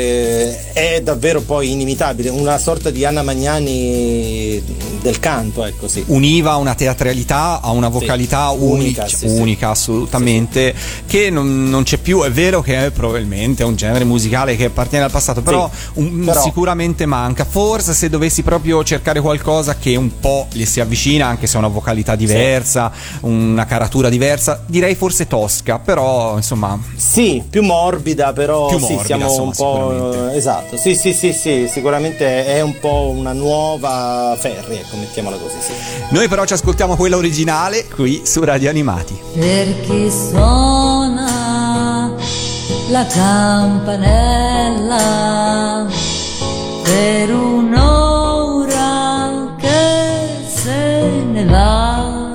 Speaker 3: me è davvero poi inimitabile, una sorta di Anna Magnani del canto, ecco, sì.
Speaker 2: Univa una teatralità a una vocalità unica, assolutamente, che non c'è più. È vero che è probabilmente un genere musicale che appartiene al passato, però, sicuramente manca. Forse se dovessi proprio cercare qualcosa che un po' gli si avvicina, anche se ha una vocalità diversa, una caratura diversa, direi forse Tosca, però insomma
Speaker 3: sì, più morbida, però
Speaker 2: più
Speaker 3: sì,
Speaker 2: morbida,
Speaker 3: siamo
Speaker 2: insomma,
Speaker 3: un po' esatto, sì, sicuramente è un po' una nuova Ferri, ecco, mettiamola così, sì.
Speaker 2: Noi però ci ascoltiamo quella originale qui su Radio Animati.
Speaker 10: Per chi suona la campanella, per un'ora che se ne va,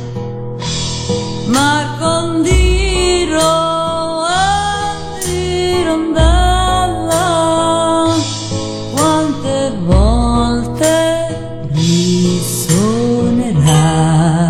Speaker 10: ma con dirò di rondella, quante volte risuonerà.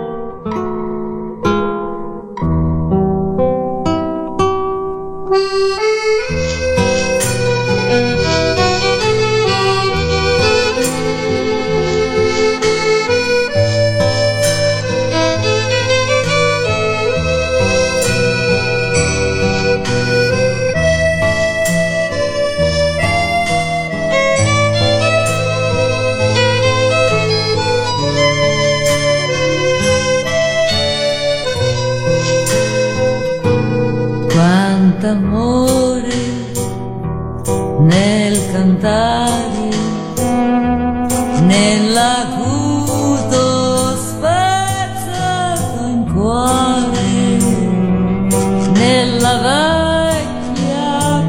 Speaker 10: Amore nel cantare, nell'acuto spezzato in cuore, nella vecchia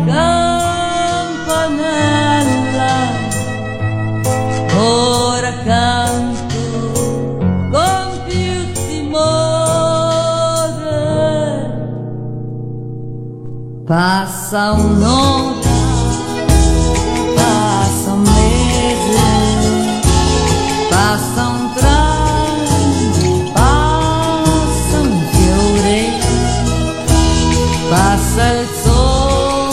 Speaker 10: campanella. Ora canto con più timore. Passa un'ora, passa un mese, passa un tram, passa un fiore, passa il sole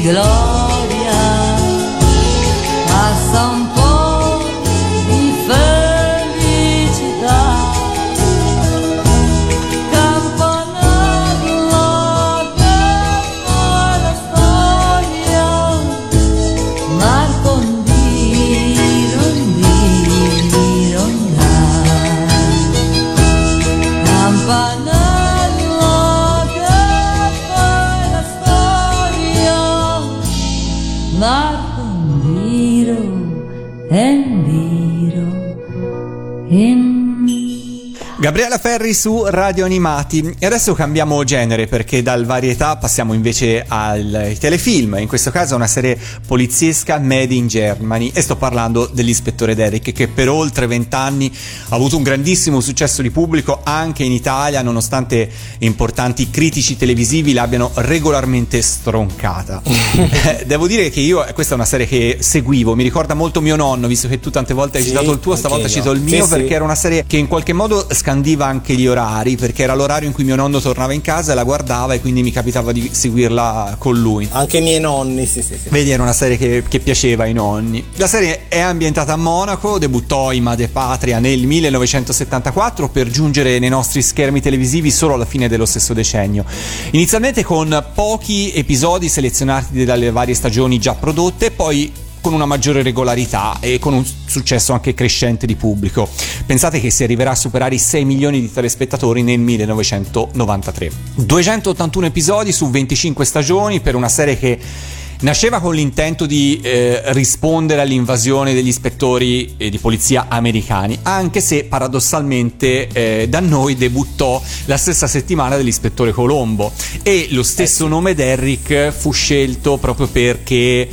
Speaker 10: gloria, passa un po' di felicità. Campanello che fa la storia, marcondirondirondà. Campanello che fa la storia, marcondiro, endiro,
Speaker 2: Gabriella Ferri su Radio Animati. E adesso cambiamo genere, perché dal varietà passiamo invece ai telefilm, in questo caso una serie poliziesca made in Germany, e sto parlando dell'Ispettore Derrick, che per oltre 20 anni ha avuto un grandissimo successo di pubblico anche in Italia, nonostante importanti critici televisivi l'abbiano regolarmente stroncata. Devo dire che io, questa è una serie che seguivo, mi ricorda molto mio nonno, visto che tu tante volte hai citato il tuo, stavolta cito il mio, perché era una serie che in qualche modo scandiva anche gli orari, perché era l'orario in cui mio nonno tornava in casa e la guardava, e quindi mi capitava di seguirla con lui.
Speaker 3: Anche i miei nonni, sì.
Speaker 2: Vedi, era una serie che piaceva ai nonni. La serie è ambientata a Monaco, debuttò in madrepatria nel 1974 per giungere nei nostri schermi televisivi solo alla fine dello stesso decennio. Inizialmente con pochi episodi selezionati dalle varie stagioni già prodotte, poi con una maggiore regolarità e con un successo anche crescente di pubblico. Pensate che si arriverà a superare i 6 milioni di telespettatori nel 1993. 281 episodi su 25 stagioni per una serie che nasceva con l'intento di rispondere all'invasione degli ispettori di polizia americani, anche se paradossalmente da noi debuttò la stessa settimana dell'Ispettore Colombo, e lo stesso nome Derrick fu scelto proprio perché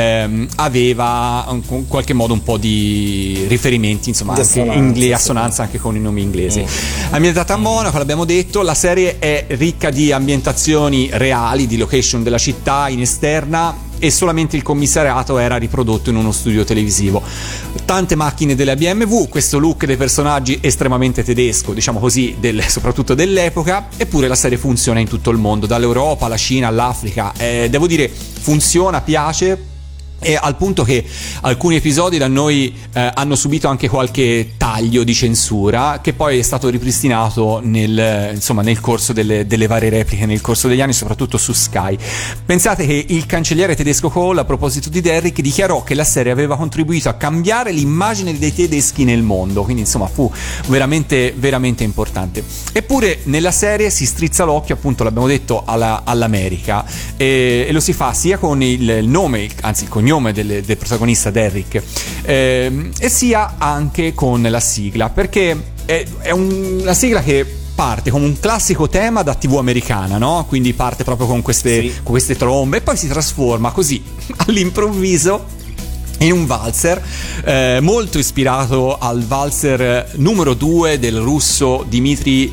Speaker 2: aveva in qualche modo un po' di riferimenti, insomma, anche assonanza anche con i nomi inglesi. Ambientata a Monaco, l'abbiamo detto, la serie è ricca di ambientazioni reali, di location della città in esterna, e solamente il commissariato era riprodotto in uno studio televisivo. Tante macchine della BMW, questo look dei personaggi estremamente tedesco, diciamo così, soprattutto dell'epoca, eppure la serie funziona in tutto il mondo, dall'Europa alla Cina all'Africa. Devo dire, funziona, piace, e al punto che alcuni episodi da noi hanno subito anche qualche taglio di censura, che poi è stato ripristinato nel corso delle varie repliche nel corso degli anni, soprattutto su Sky. Pensate che il cancelliere tedesco Kohl, a proposito di Derrick, dichiarò che la serie aveva contribuito a cambiare l'immagine dei tedeschi nel mondo, quindi insomma fu veramente veramente importante. Eppure nella serie si strizza l'occhio, appunto, l'abbiamo detto, all'America, e lo si fa sia con il nome, anzi il cognome del protagonista Derrick, e sia anche con la sigla, perché è una sigla che parte come un classico tema da TV americana, no? Quindi parte proprio con queste trombe, e poi si trasforma così all'improvviso in un valzer molto ispirato al valzer numero 2 del russo Dmitry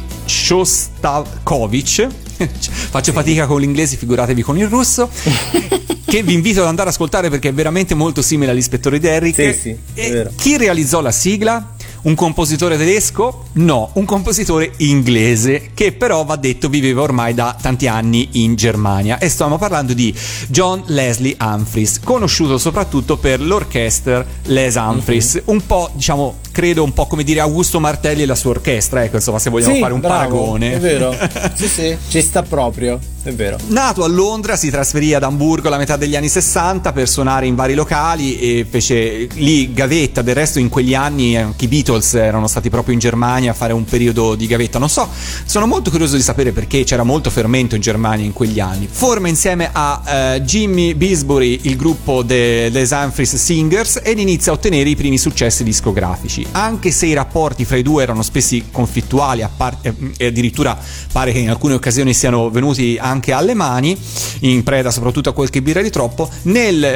Speaker 2: Shostakovich. Faccio fatica con l'inglese, figuratevi con il russo, che vi invito ad andare ad ascoltare perché è veramente molto simile all'Ispettore Derrick.
Speaker 3: Sì, è
Speaker 2: e
Speaker 3: vero.
Speaker 2: Chi realizzò la sigla? Un compositore tedesco? No, un compositore inglese, che però, va detto, viveva ormai da tanti anni in Germania, e stiamo parlando di John Leslie Humphries, conosciuto soprattutto per l'orchestra Les Humphries, un po', diciamo, credo un po' come dire Augusto Martelli e la sua orchestra, ecco, insomma, se vogliamo fare un paragone.
Speaker 3: È vero, sì, ci sta proprio, è vero.
Speaker 2: Nato a Londra, si trasferì ad Amburgo alla metà degli anni 60 per suonare in vari locali, e fece lì gavetta. Del resto in quegli anni anche i Beatles erano stati proprio in Germania a fare un periodo di gavetta. Non so, sono molto curioso di sapere perché c'era molto fermento in Germania in quegli anni. Forma insieme a Jimmy Beesbury il gruppo Les Humphries Singers ed inizia a ottenere i primi successi discografici, anche se i rapporti fra i due erano spesso conflittuali, e addirittura pare che in alcune occasioni siano venuti anche alle mani, in preda soprattutto a qualche birra di troppo. Nel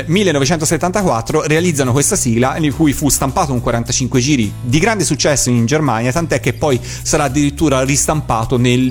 Speaker 2: 1974 realizzano questa sigla, in cui fu stampato un 45 giri di grande successo in Germania, tant'è che poi sarà addirittura ristampato nel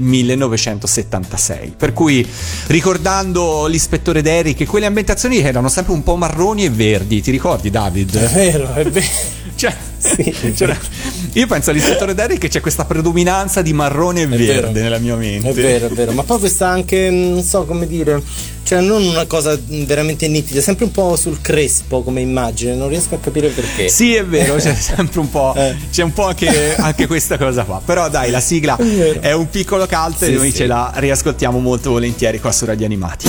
Speaker 2: 1976. Per cui, ricordando l'Ispettore Derrick e quelle ambientazioni che erano sempre un po' marroni e verdi, ti ricordi, David?
Speaker 3: È vero,
Speaker 2: Io penso all'ispettore Derrick che c'è questa predominanza di marrone e verde nella mia mente.
Speaker 3: È vero, ma poi questa anche, non so come dire, cioè non una cosa veramente nitida, sempre un po' sul crespo come immagine, non riesco a capire perché.
Speaker 2: Sì, è vero, c'è sempre un po', c'è un po' anche questa cosa qua. Però dai, la sigla è un piccolo cult e noi ce la riascoltiamo molto volentieri qua su Radio Animati.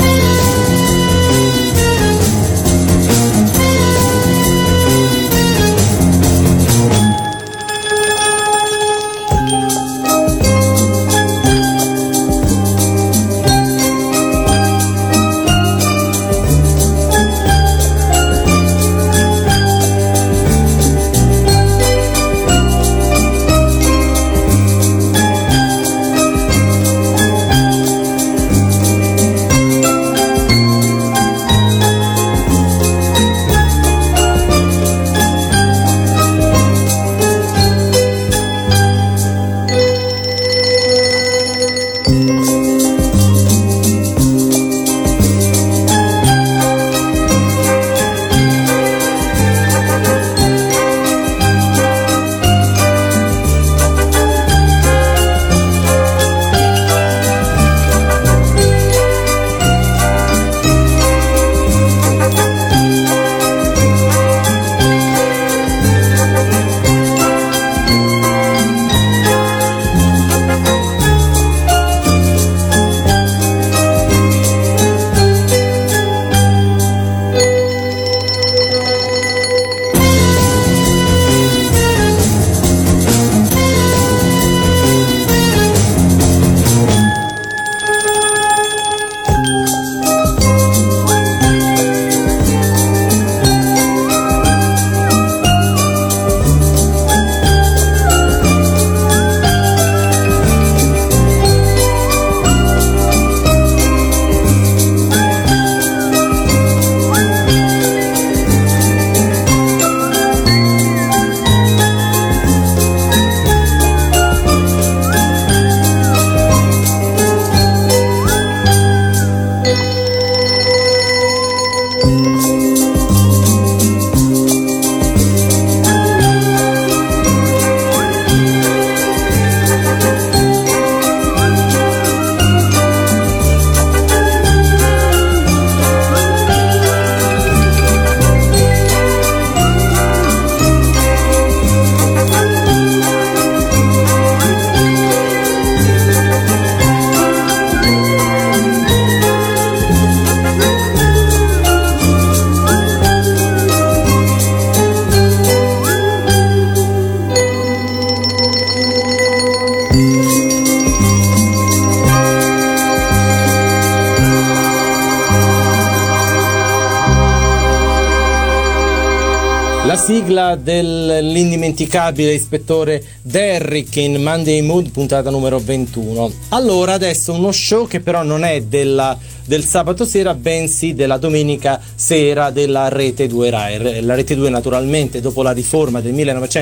Speaker 3: sigla dell'indimenticabile ispettore Derrick in Monday Mood, puntata numero 21. Allora, adesso uno show che però non è del sabato sera, bensì della domenica sera della Rete 2 Rai. La Rete 2 naturalmente, dopo la riforma del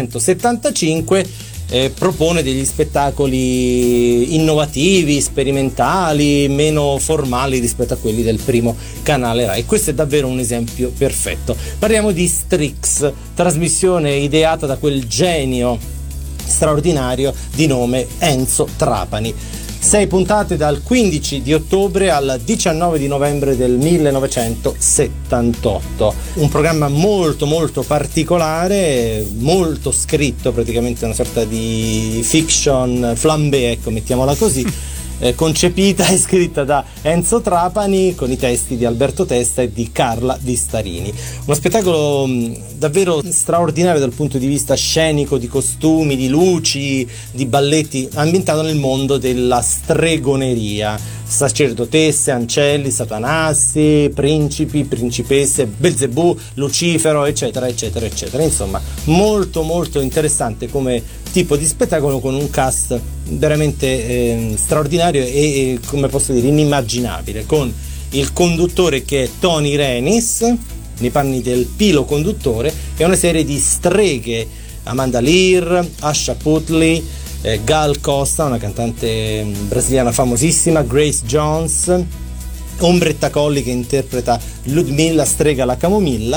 Speaker 3: 1975, propone degli spettacoli innovativi, sperimentali, meno formali rispetto a quelli del primo canale Rai. Questo è davvero un esempio perfetto. Parliamo di Strix, trasmissione ideata da quel genio straordinario di nome Enzo Trapani. 6 puntate dal 15 di ottobre al 19 di novembre del 1978. Un programma molto molto particolare, molto scritto, praticamente una sorta di fiction flambé, ecco, mettiamola così, concepita e scritta da Enzo Trapani con i testi di Alberto Testa e di Carla Di Starini. Uno spettacolo davvero straordinario dal punto di vista scenico, di costumi, di luci, di balletti, ambientato nel mondo della stregoneria. Sacerdotesse, ancelli, satanassi, principi, principesse, Belzebù, Lucifero, eccetera eccetera eccetera. Insomma, molto molto interessante come tipo di spettacolo, con un cast veramente straordinario e come posso dire inimmaginabile, con il conduttore che è Tony Renis nei panni del pilo conduttore e una serie di streghe: Amanda Lear, Asha Putley, Gal Costa, una cantante brasiliana famosissima, Grace Jones, Ombretta Colli che interpreta Ludmilla, strega la camomilla,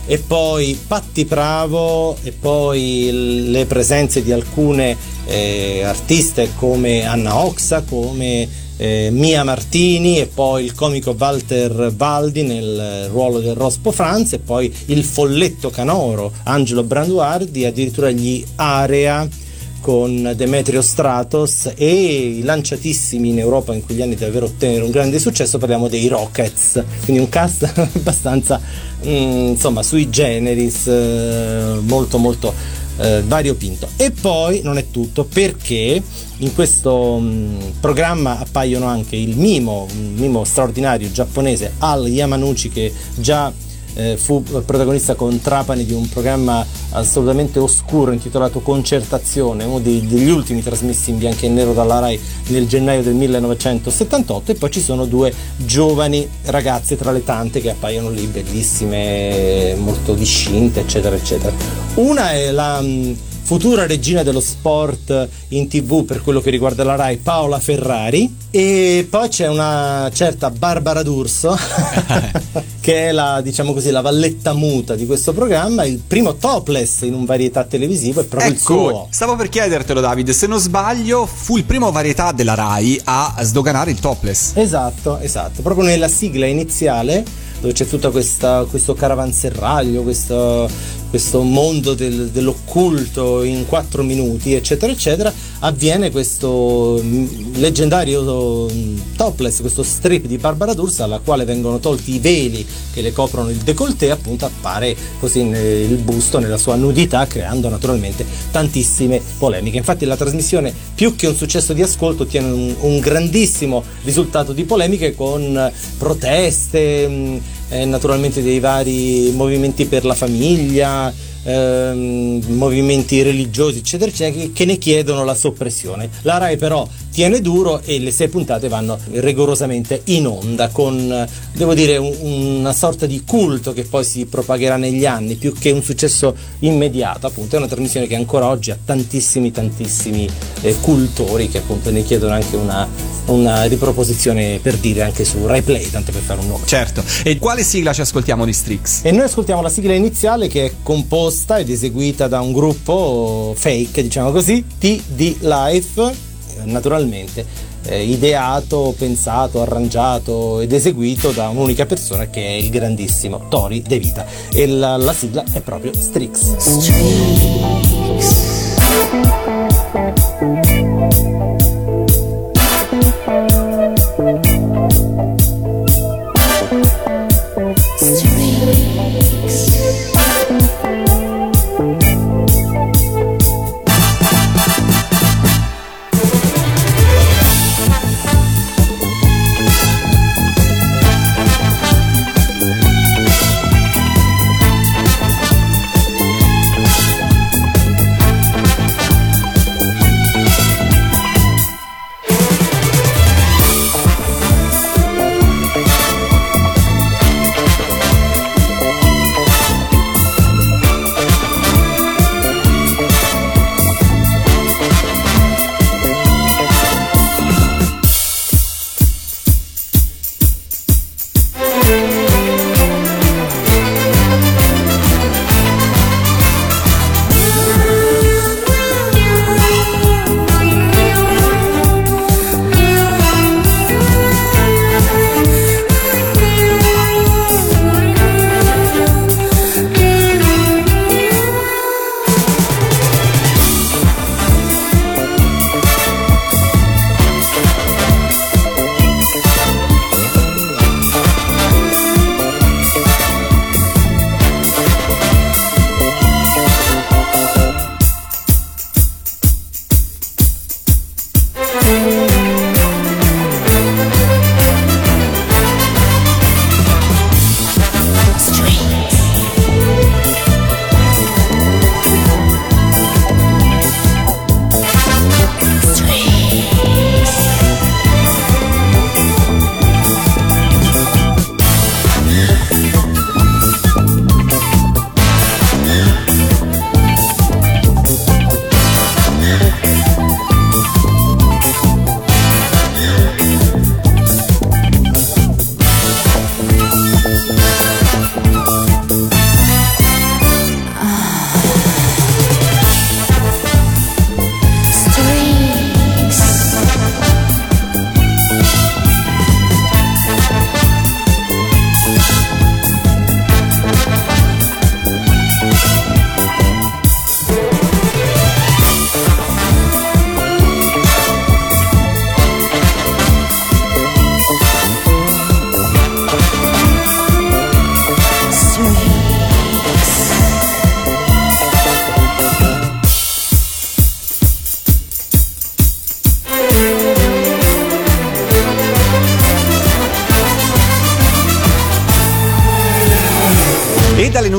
Speaker 3: e poi Patti Pravo e poi le presenze di alcune artiste come Anna Oxa, come Mia Martini e poi il comico Walter Valdi nel ruolo del Rospo Franz e poi il folletto canoro Angelo Branduardi, addirittura gli Area con Demetrio Stratos e i lanciatissimi in Europa in quegli anni di davvero ottenere un grande successo, parliamo dei Rockets, quindi un cast abbastanza insomma sui generis, molto molto variopinto. E poi non è tutto, perché in questo programma appaiono anche un mimo straordinario giapponese, Al Yamanouchi, che già fu protagonista con Trapani di un programma assolutamente oscuro intitolato Concertazione, uno degli ultimi trasmessi in bianco e nero dalla Rai nel gennaio del 1978. E poi ci sono due giovani ragazze tra le tante che appaiono lì, bellissime, molto discinte, eccetera eccetera. Una è la futura regina dello sport in TV per quello che riguarda la Rai, Paola Ferrari, e poi c'è una certa Barbara D'Urso che è la, diciamo così, la valletta muta di questo programma. Il primo topless in un varietà televisivo è proprio il suo.
Speaker 2: Stavo per chiedertelo, Davide, se non sbaglio fu il primo varietà della Rai a sdoganare il topless.
Speaker 3: Esatto, proprio nella sigla iniziale dove c'è tutto questo caravanserraglio, questo mondo dell'occulto in 4 minuti, eccetera eccetera, avviene questo leggendario topless, questo strip di Barbara D'Urso, alla quale vengono tolti i veli che le coprono il décolleté, appunto appare così il busto nella sua nudità, creando naturalmente tantissime polemiche. Infatti la trasmissione, più che un successo di ascolto, ottiene un grandissimo risultato di polemiche, con proteste, naturalmente dei vari movimenti per la famiglia, movimenti religiosi, eccetera eccetera, che ne chiedono la soppressione. La Rai però tiene duro e le 6 puntate vanno rigorosamente in onda, con, devo dire, una sorta di culto che poi si propagherà negli anni, più che un successo immediato. Appunto è una trasmissione che ancora oggi ha tantissimi cultori che appunto ne chiedono anche una riproposizione, per dire, anche su Rai Play, tanto per fare un nome.
Speaker 2: Certo. E quale sigla ci ascoltiamo di Strix?
Speaker 3: E noi ascoltiamo la sigla iniziale, che è composta ed eseguita da un gruppo fake, diciamo così, TD Life, naturalmente ideato, pensato, arrangiato ed eseguito da un'unica persona, che è il grandissimo Tori De Vita, e la sigla è proprio Strix.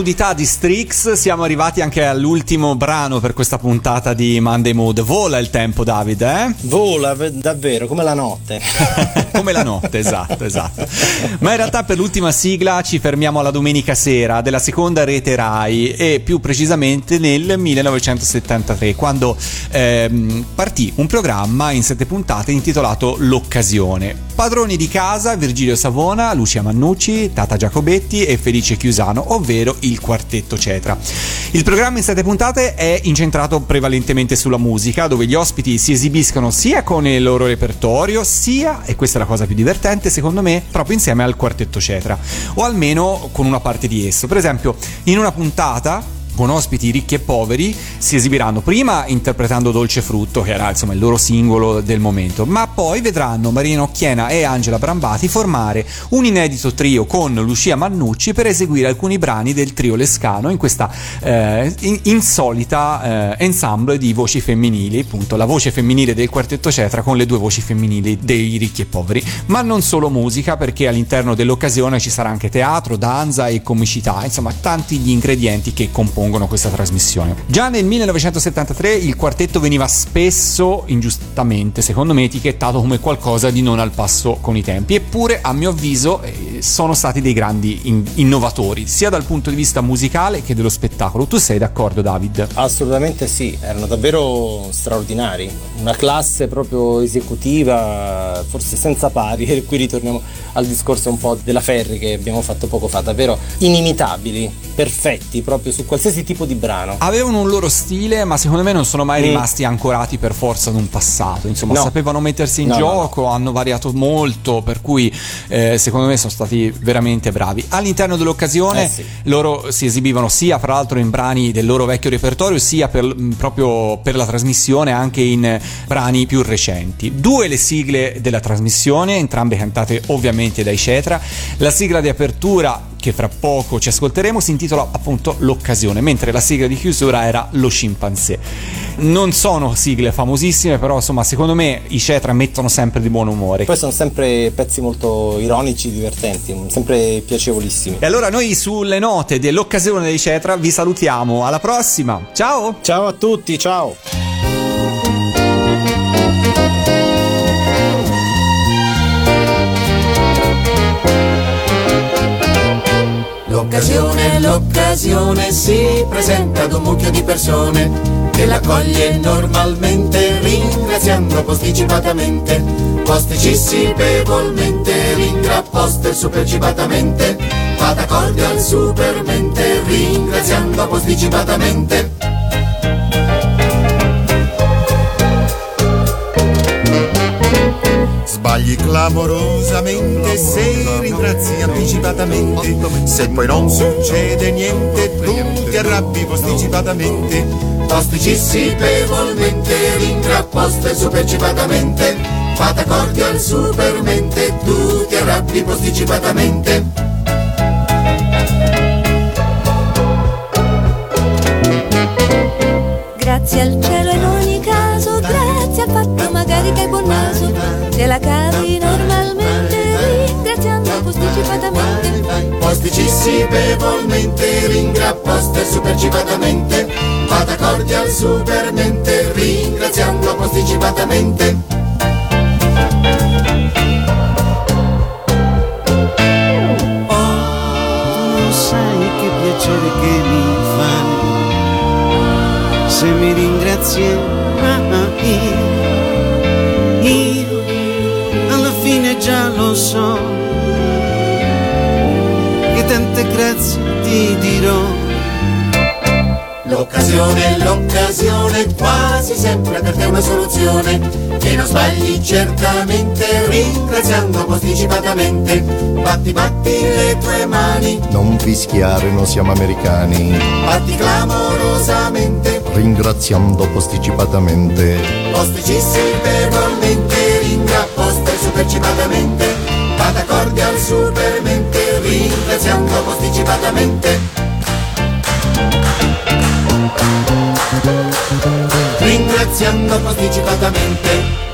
Speaker 2: nudità di Strix siamo arrivati anche all'ultimo brano per questa puntata di Monday Mood. Vola il tempo, David, eh?
Speaker 3: Vola davvero, come la notte.
Speaker 2: Come la notte, esatto. Ma in realtà per l'ultima sigla ci fermiamo alla domenica sera della seconda rete Rai, e più precisamente nel 1973, quando partì un programma in 7 puntate intitolato L'Occasione. Padroni di casa Virgilio Savona, Lucia Mannucci, Tata Giacobetti e Felice Chiusano, ovvero il Quartetto Cetra. Il programma in 7 puntate è incentrato prevalentemente sulla musica, dove gli ospiti si esibiscono sia con il loro repertorio, sia, e questa è la cosa più divertente secondo me, proprio insieme al Quartetto Cetra, o almeno con una parte di esso. Per esempio, in una puntata con ospiti ricchi e poveri si esibiranno prima interpretando Dolce Frutto, che era insomma il loro singolo del momento, ma poi vedranno Marina Occhiena e Angela Brambati formare un inedito trio con Lucia Mannucci per eseguire alcuni brani del trio Lescano in questa insolita ensemble di voci femminili, appunto la voce femminile del Quartetto Cetra con le 2 voci femminili dei ricchi e poveri. Ma non solo musica, perché all'interno dell'occasione ci sarà anche teatro, danza e comicità, insomma tanti gli ingredienti che compongono questa trasmissione. Già nel 1973 il quartetto veniva spesso, ingiustamente secondo me, etichettato come qualcosa di non al passo con i tempi, eppure a mio avviso sono stati dei grandi innovatori sia dal punto di vista musicale che dello spettacolo. Tu sei d'accordo, David?
Speaker 3: Assolutamente sì, erano davvero straordinari, una classe proprio esecutiva forse senza pari, e qui ritorniamo al discorso un po' della Ferri che abbiamo fatto poco fa, davvero inimitabili, perfetti proprio su qualsiasi tipo di brano.
Speaker 2: Avevano un loro stile, ma secondo me non sono mai rimasti ancorati per forza ad un passato, insomma
Speaker 3: no.
Speaker 2: Sapevano mettersi in gioco, hanno variato molto, per cui secondo me sono stati veramente bravi. All'interno dell'occasione loro si esibivano sia fra l'altro in brani del loro vecchio repertorio, sia proprio per la trasmissione anche in brani più recenti. 2 le sigle della trasmissione, entrambe cantate ovviamente dai Cetra. La sigla di apertura, che fra poco ci ascolteremo, si intitola appunto L'Occasione, mentre la sigla di chiusura era Lo Scimpanzé. Non sono sigle famosissime, però insomma secondo me i Cetra mettono sempre di buon umore.
Speaker 3: Poi sono sempre pezzi molto ironici, divertenti, sempre piacevolissimi.
Speaker 2: E allora noi sulle note dell'Occasione dei Cetra vi salutiamo, alla prossima, ciao!
Speaker 3: Ciao a tutti, ciao!
Speaker 6: L'occasione si presenta ad un mucchio di persone che l'accoglie normalmente, ringraziando posticipatamente, posticipevolmente, ringrapposte supercipatamente, fata cordial supermente, ringraziando posticipatamente. Sbagli clamorosamente se ringrazi anticipatamente, se poi non succede niente tu ti arrabbi posticipatamente, posticipevolmente, ringrapposte supercipatamente, fata cordial supermente, tu ti arrabbi posticipatamente.
Speaker 11: Grazie al cielo in ogni caso, grazie al fatto magari che hai buon naso, te la cavi normalmente, ringraziando posticipatamente,
Speaker 6: posticipevolmente, ringrapposte supercipatamente, fata cordial supermente, ringraziando posticipatamente.
Speaker 12: Oh, sai che piacere che mi fai se mi ringrazi. Io alla fine già lo so che tante grazie ti dirò.
Speaker 6: L'occasione, quasi sempre per te una soluzione, che non sbagli certamente, ringraziando posticipatamente, batti le tue mani,
Speaker 13: non fischiare, non siamo americani,
Speaker 6: batti clamorosamente,
Speaker 13: ringraziando posticipatamente,
Speaker 6: posticipevolmente, ringrapposte supercipatamente, fata cordial supermente, ringraziando posticipatamente, ringraziando posticipatamente.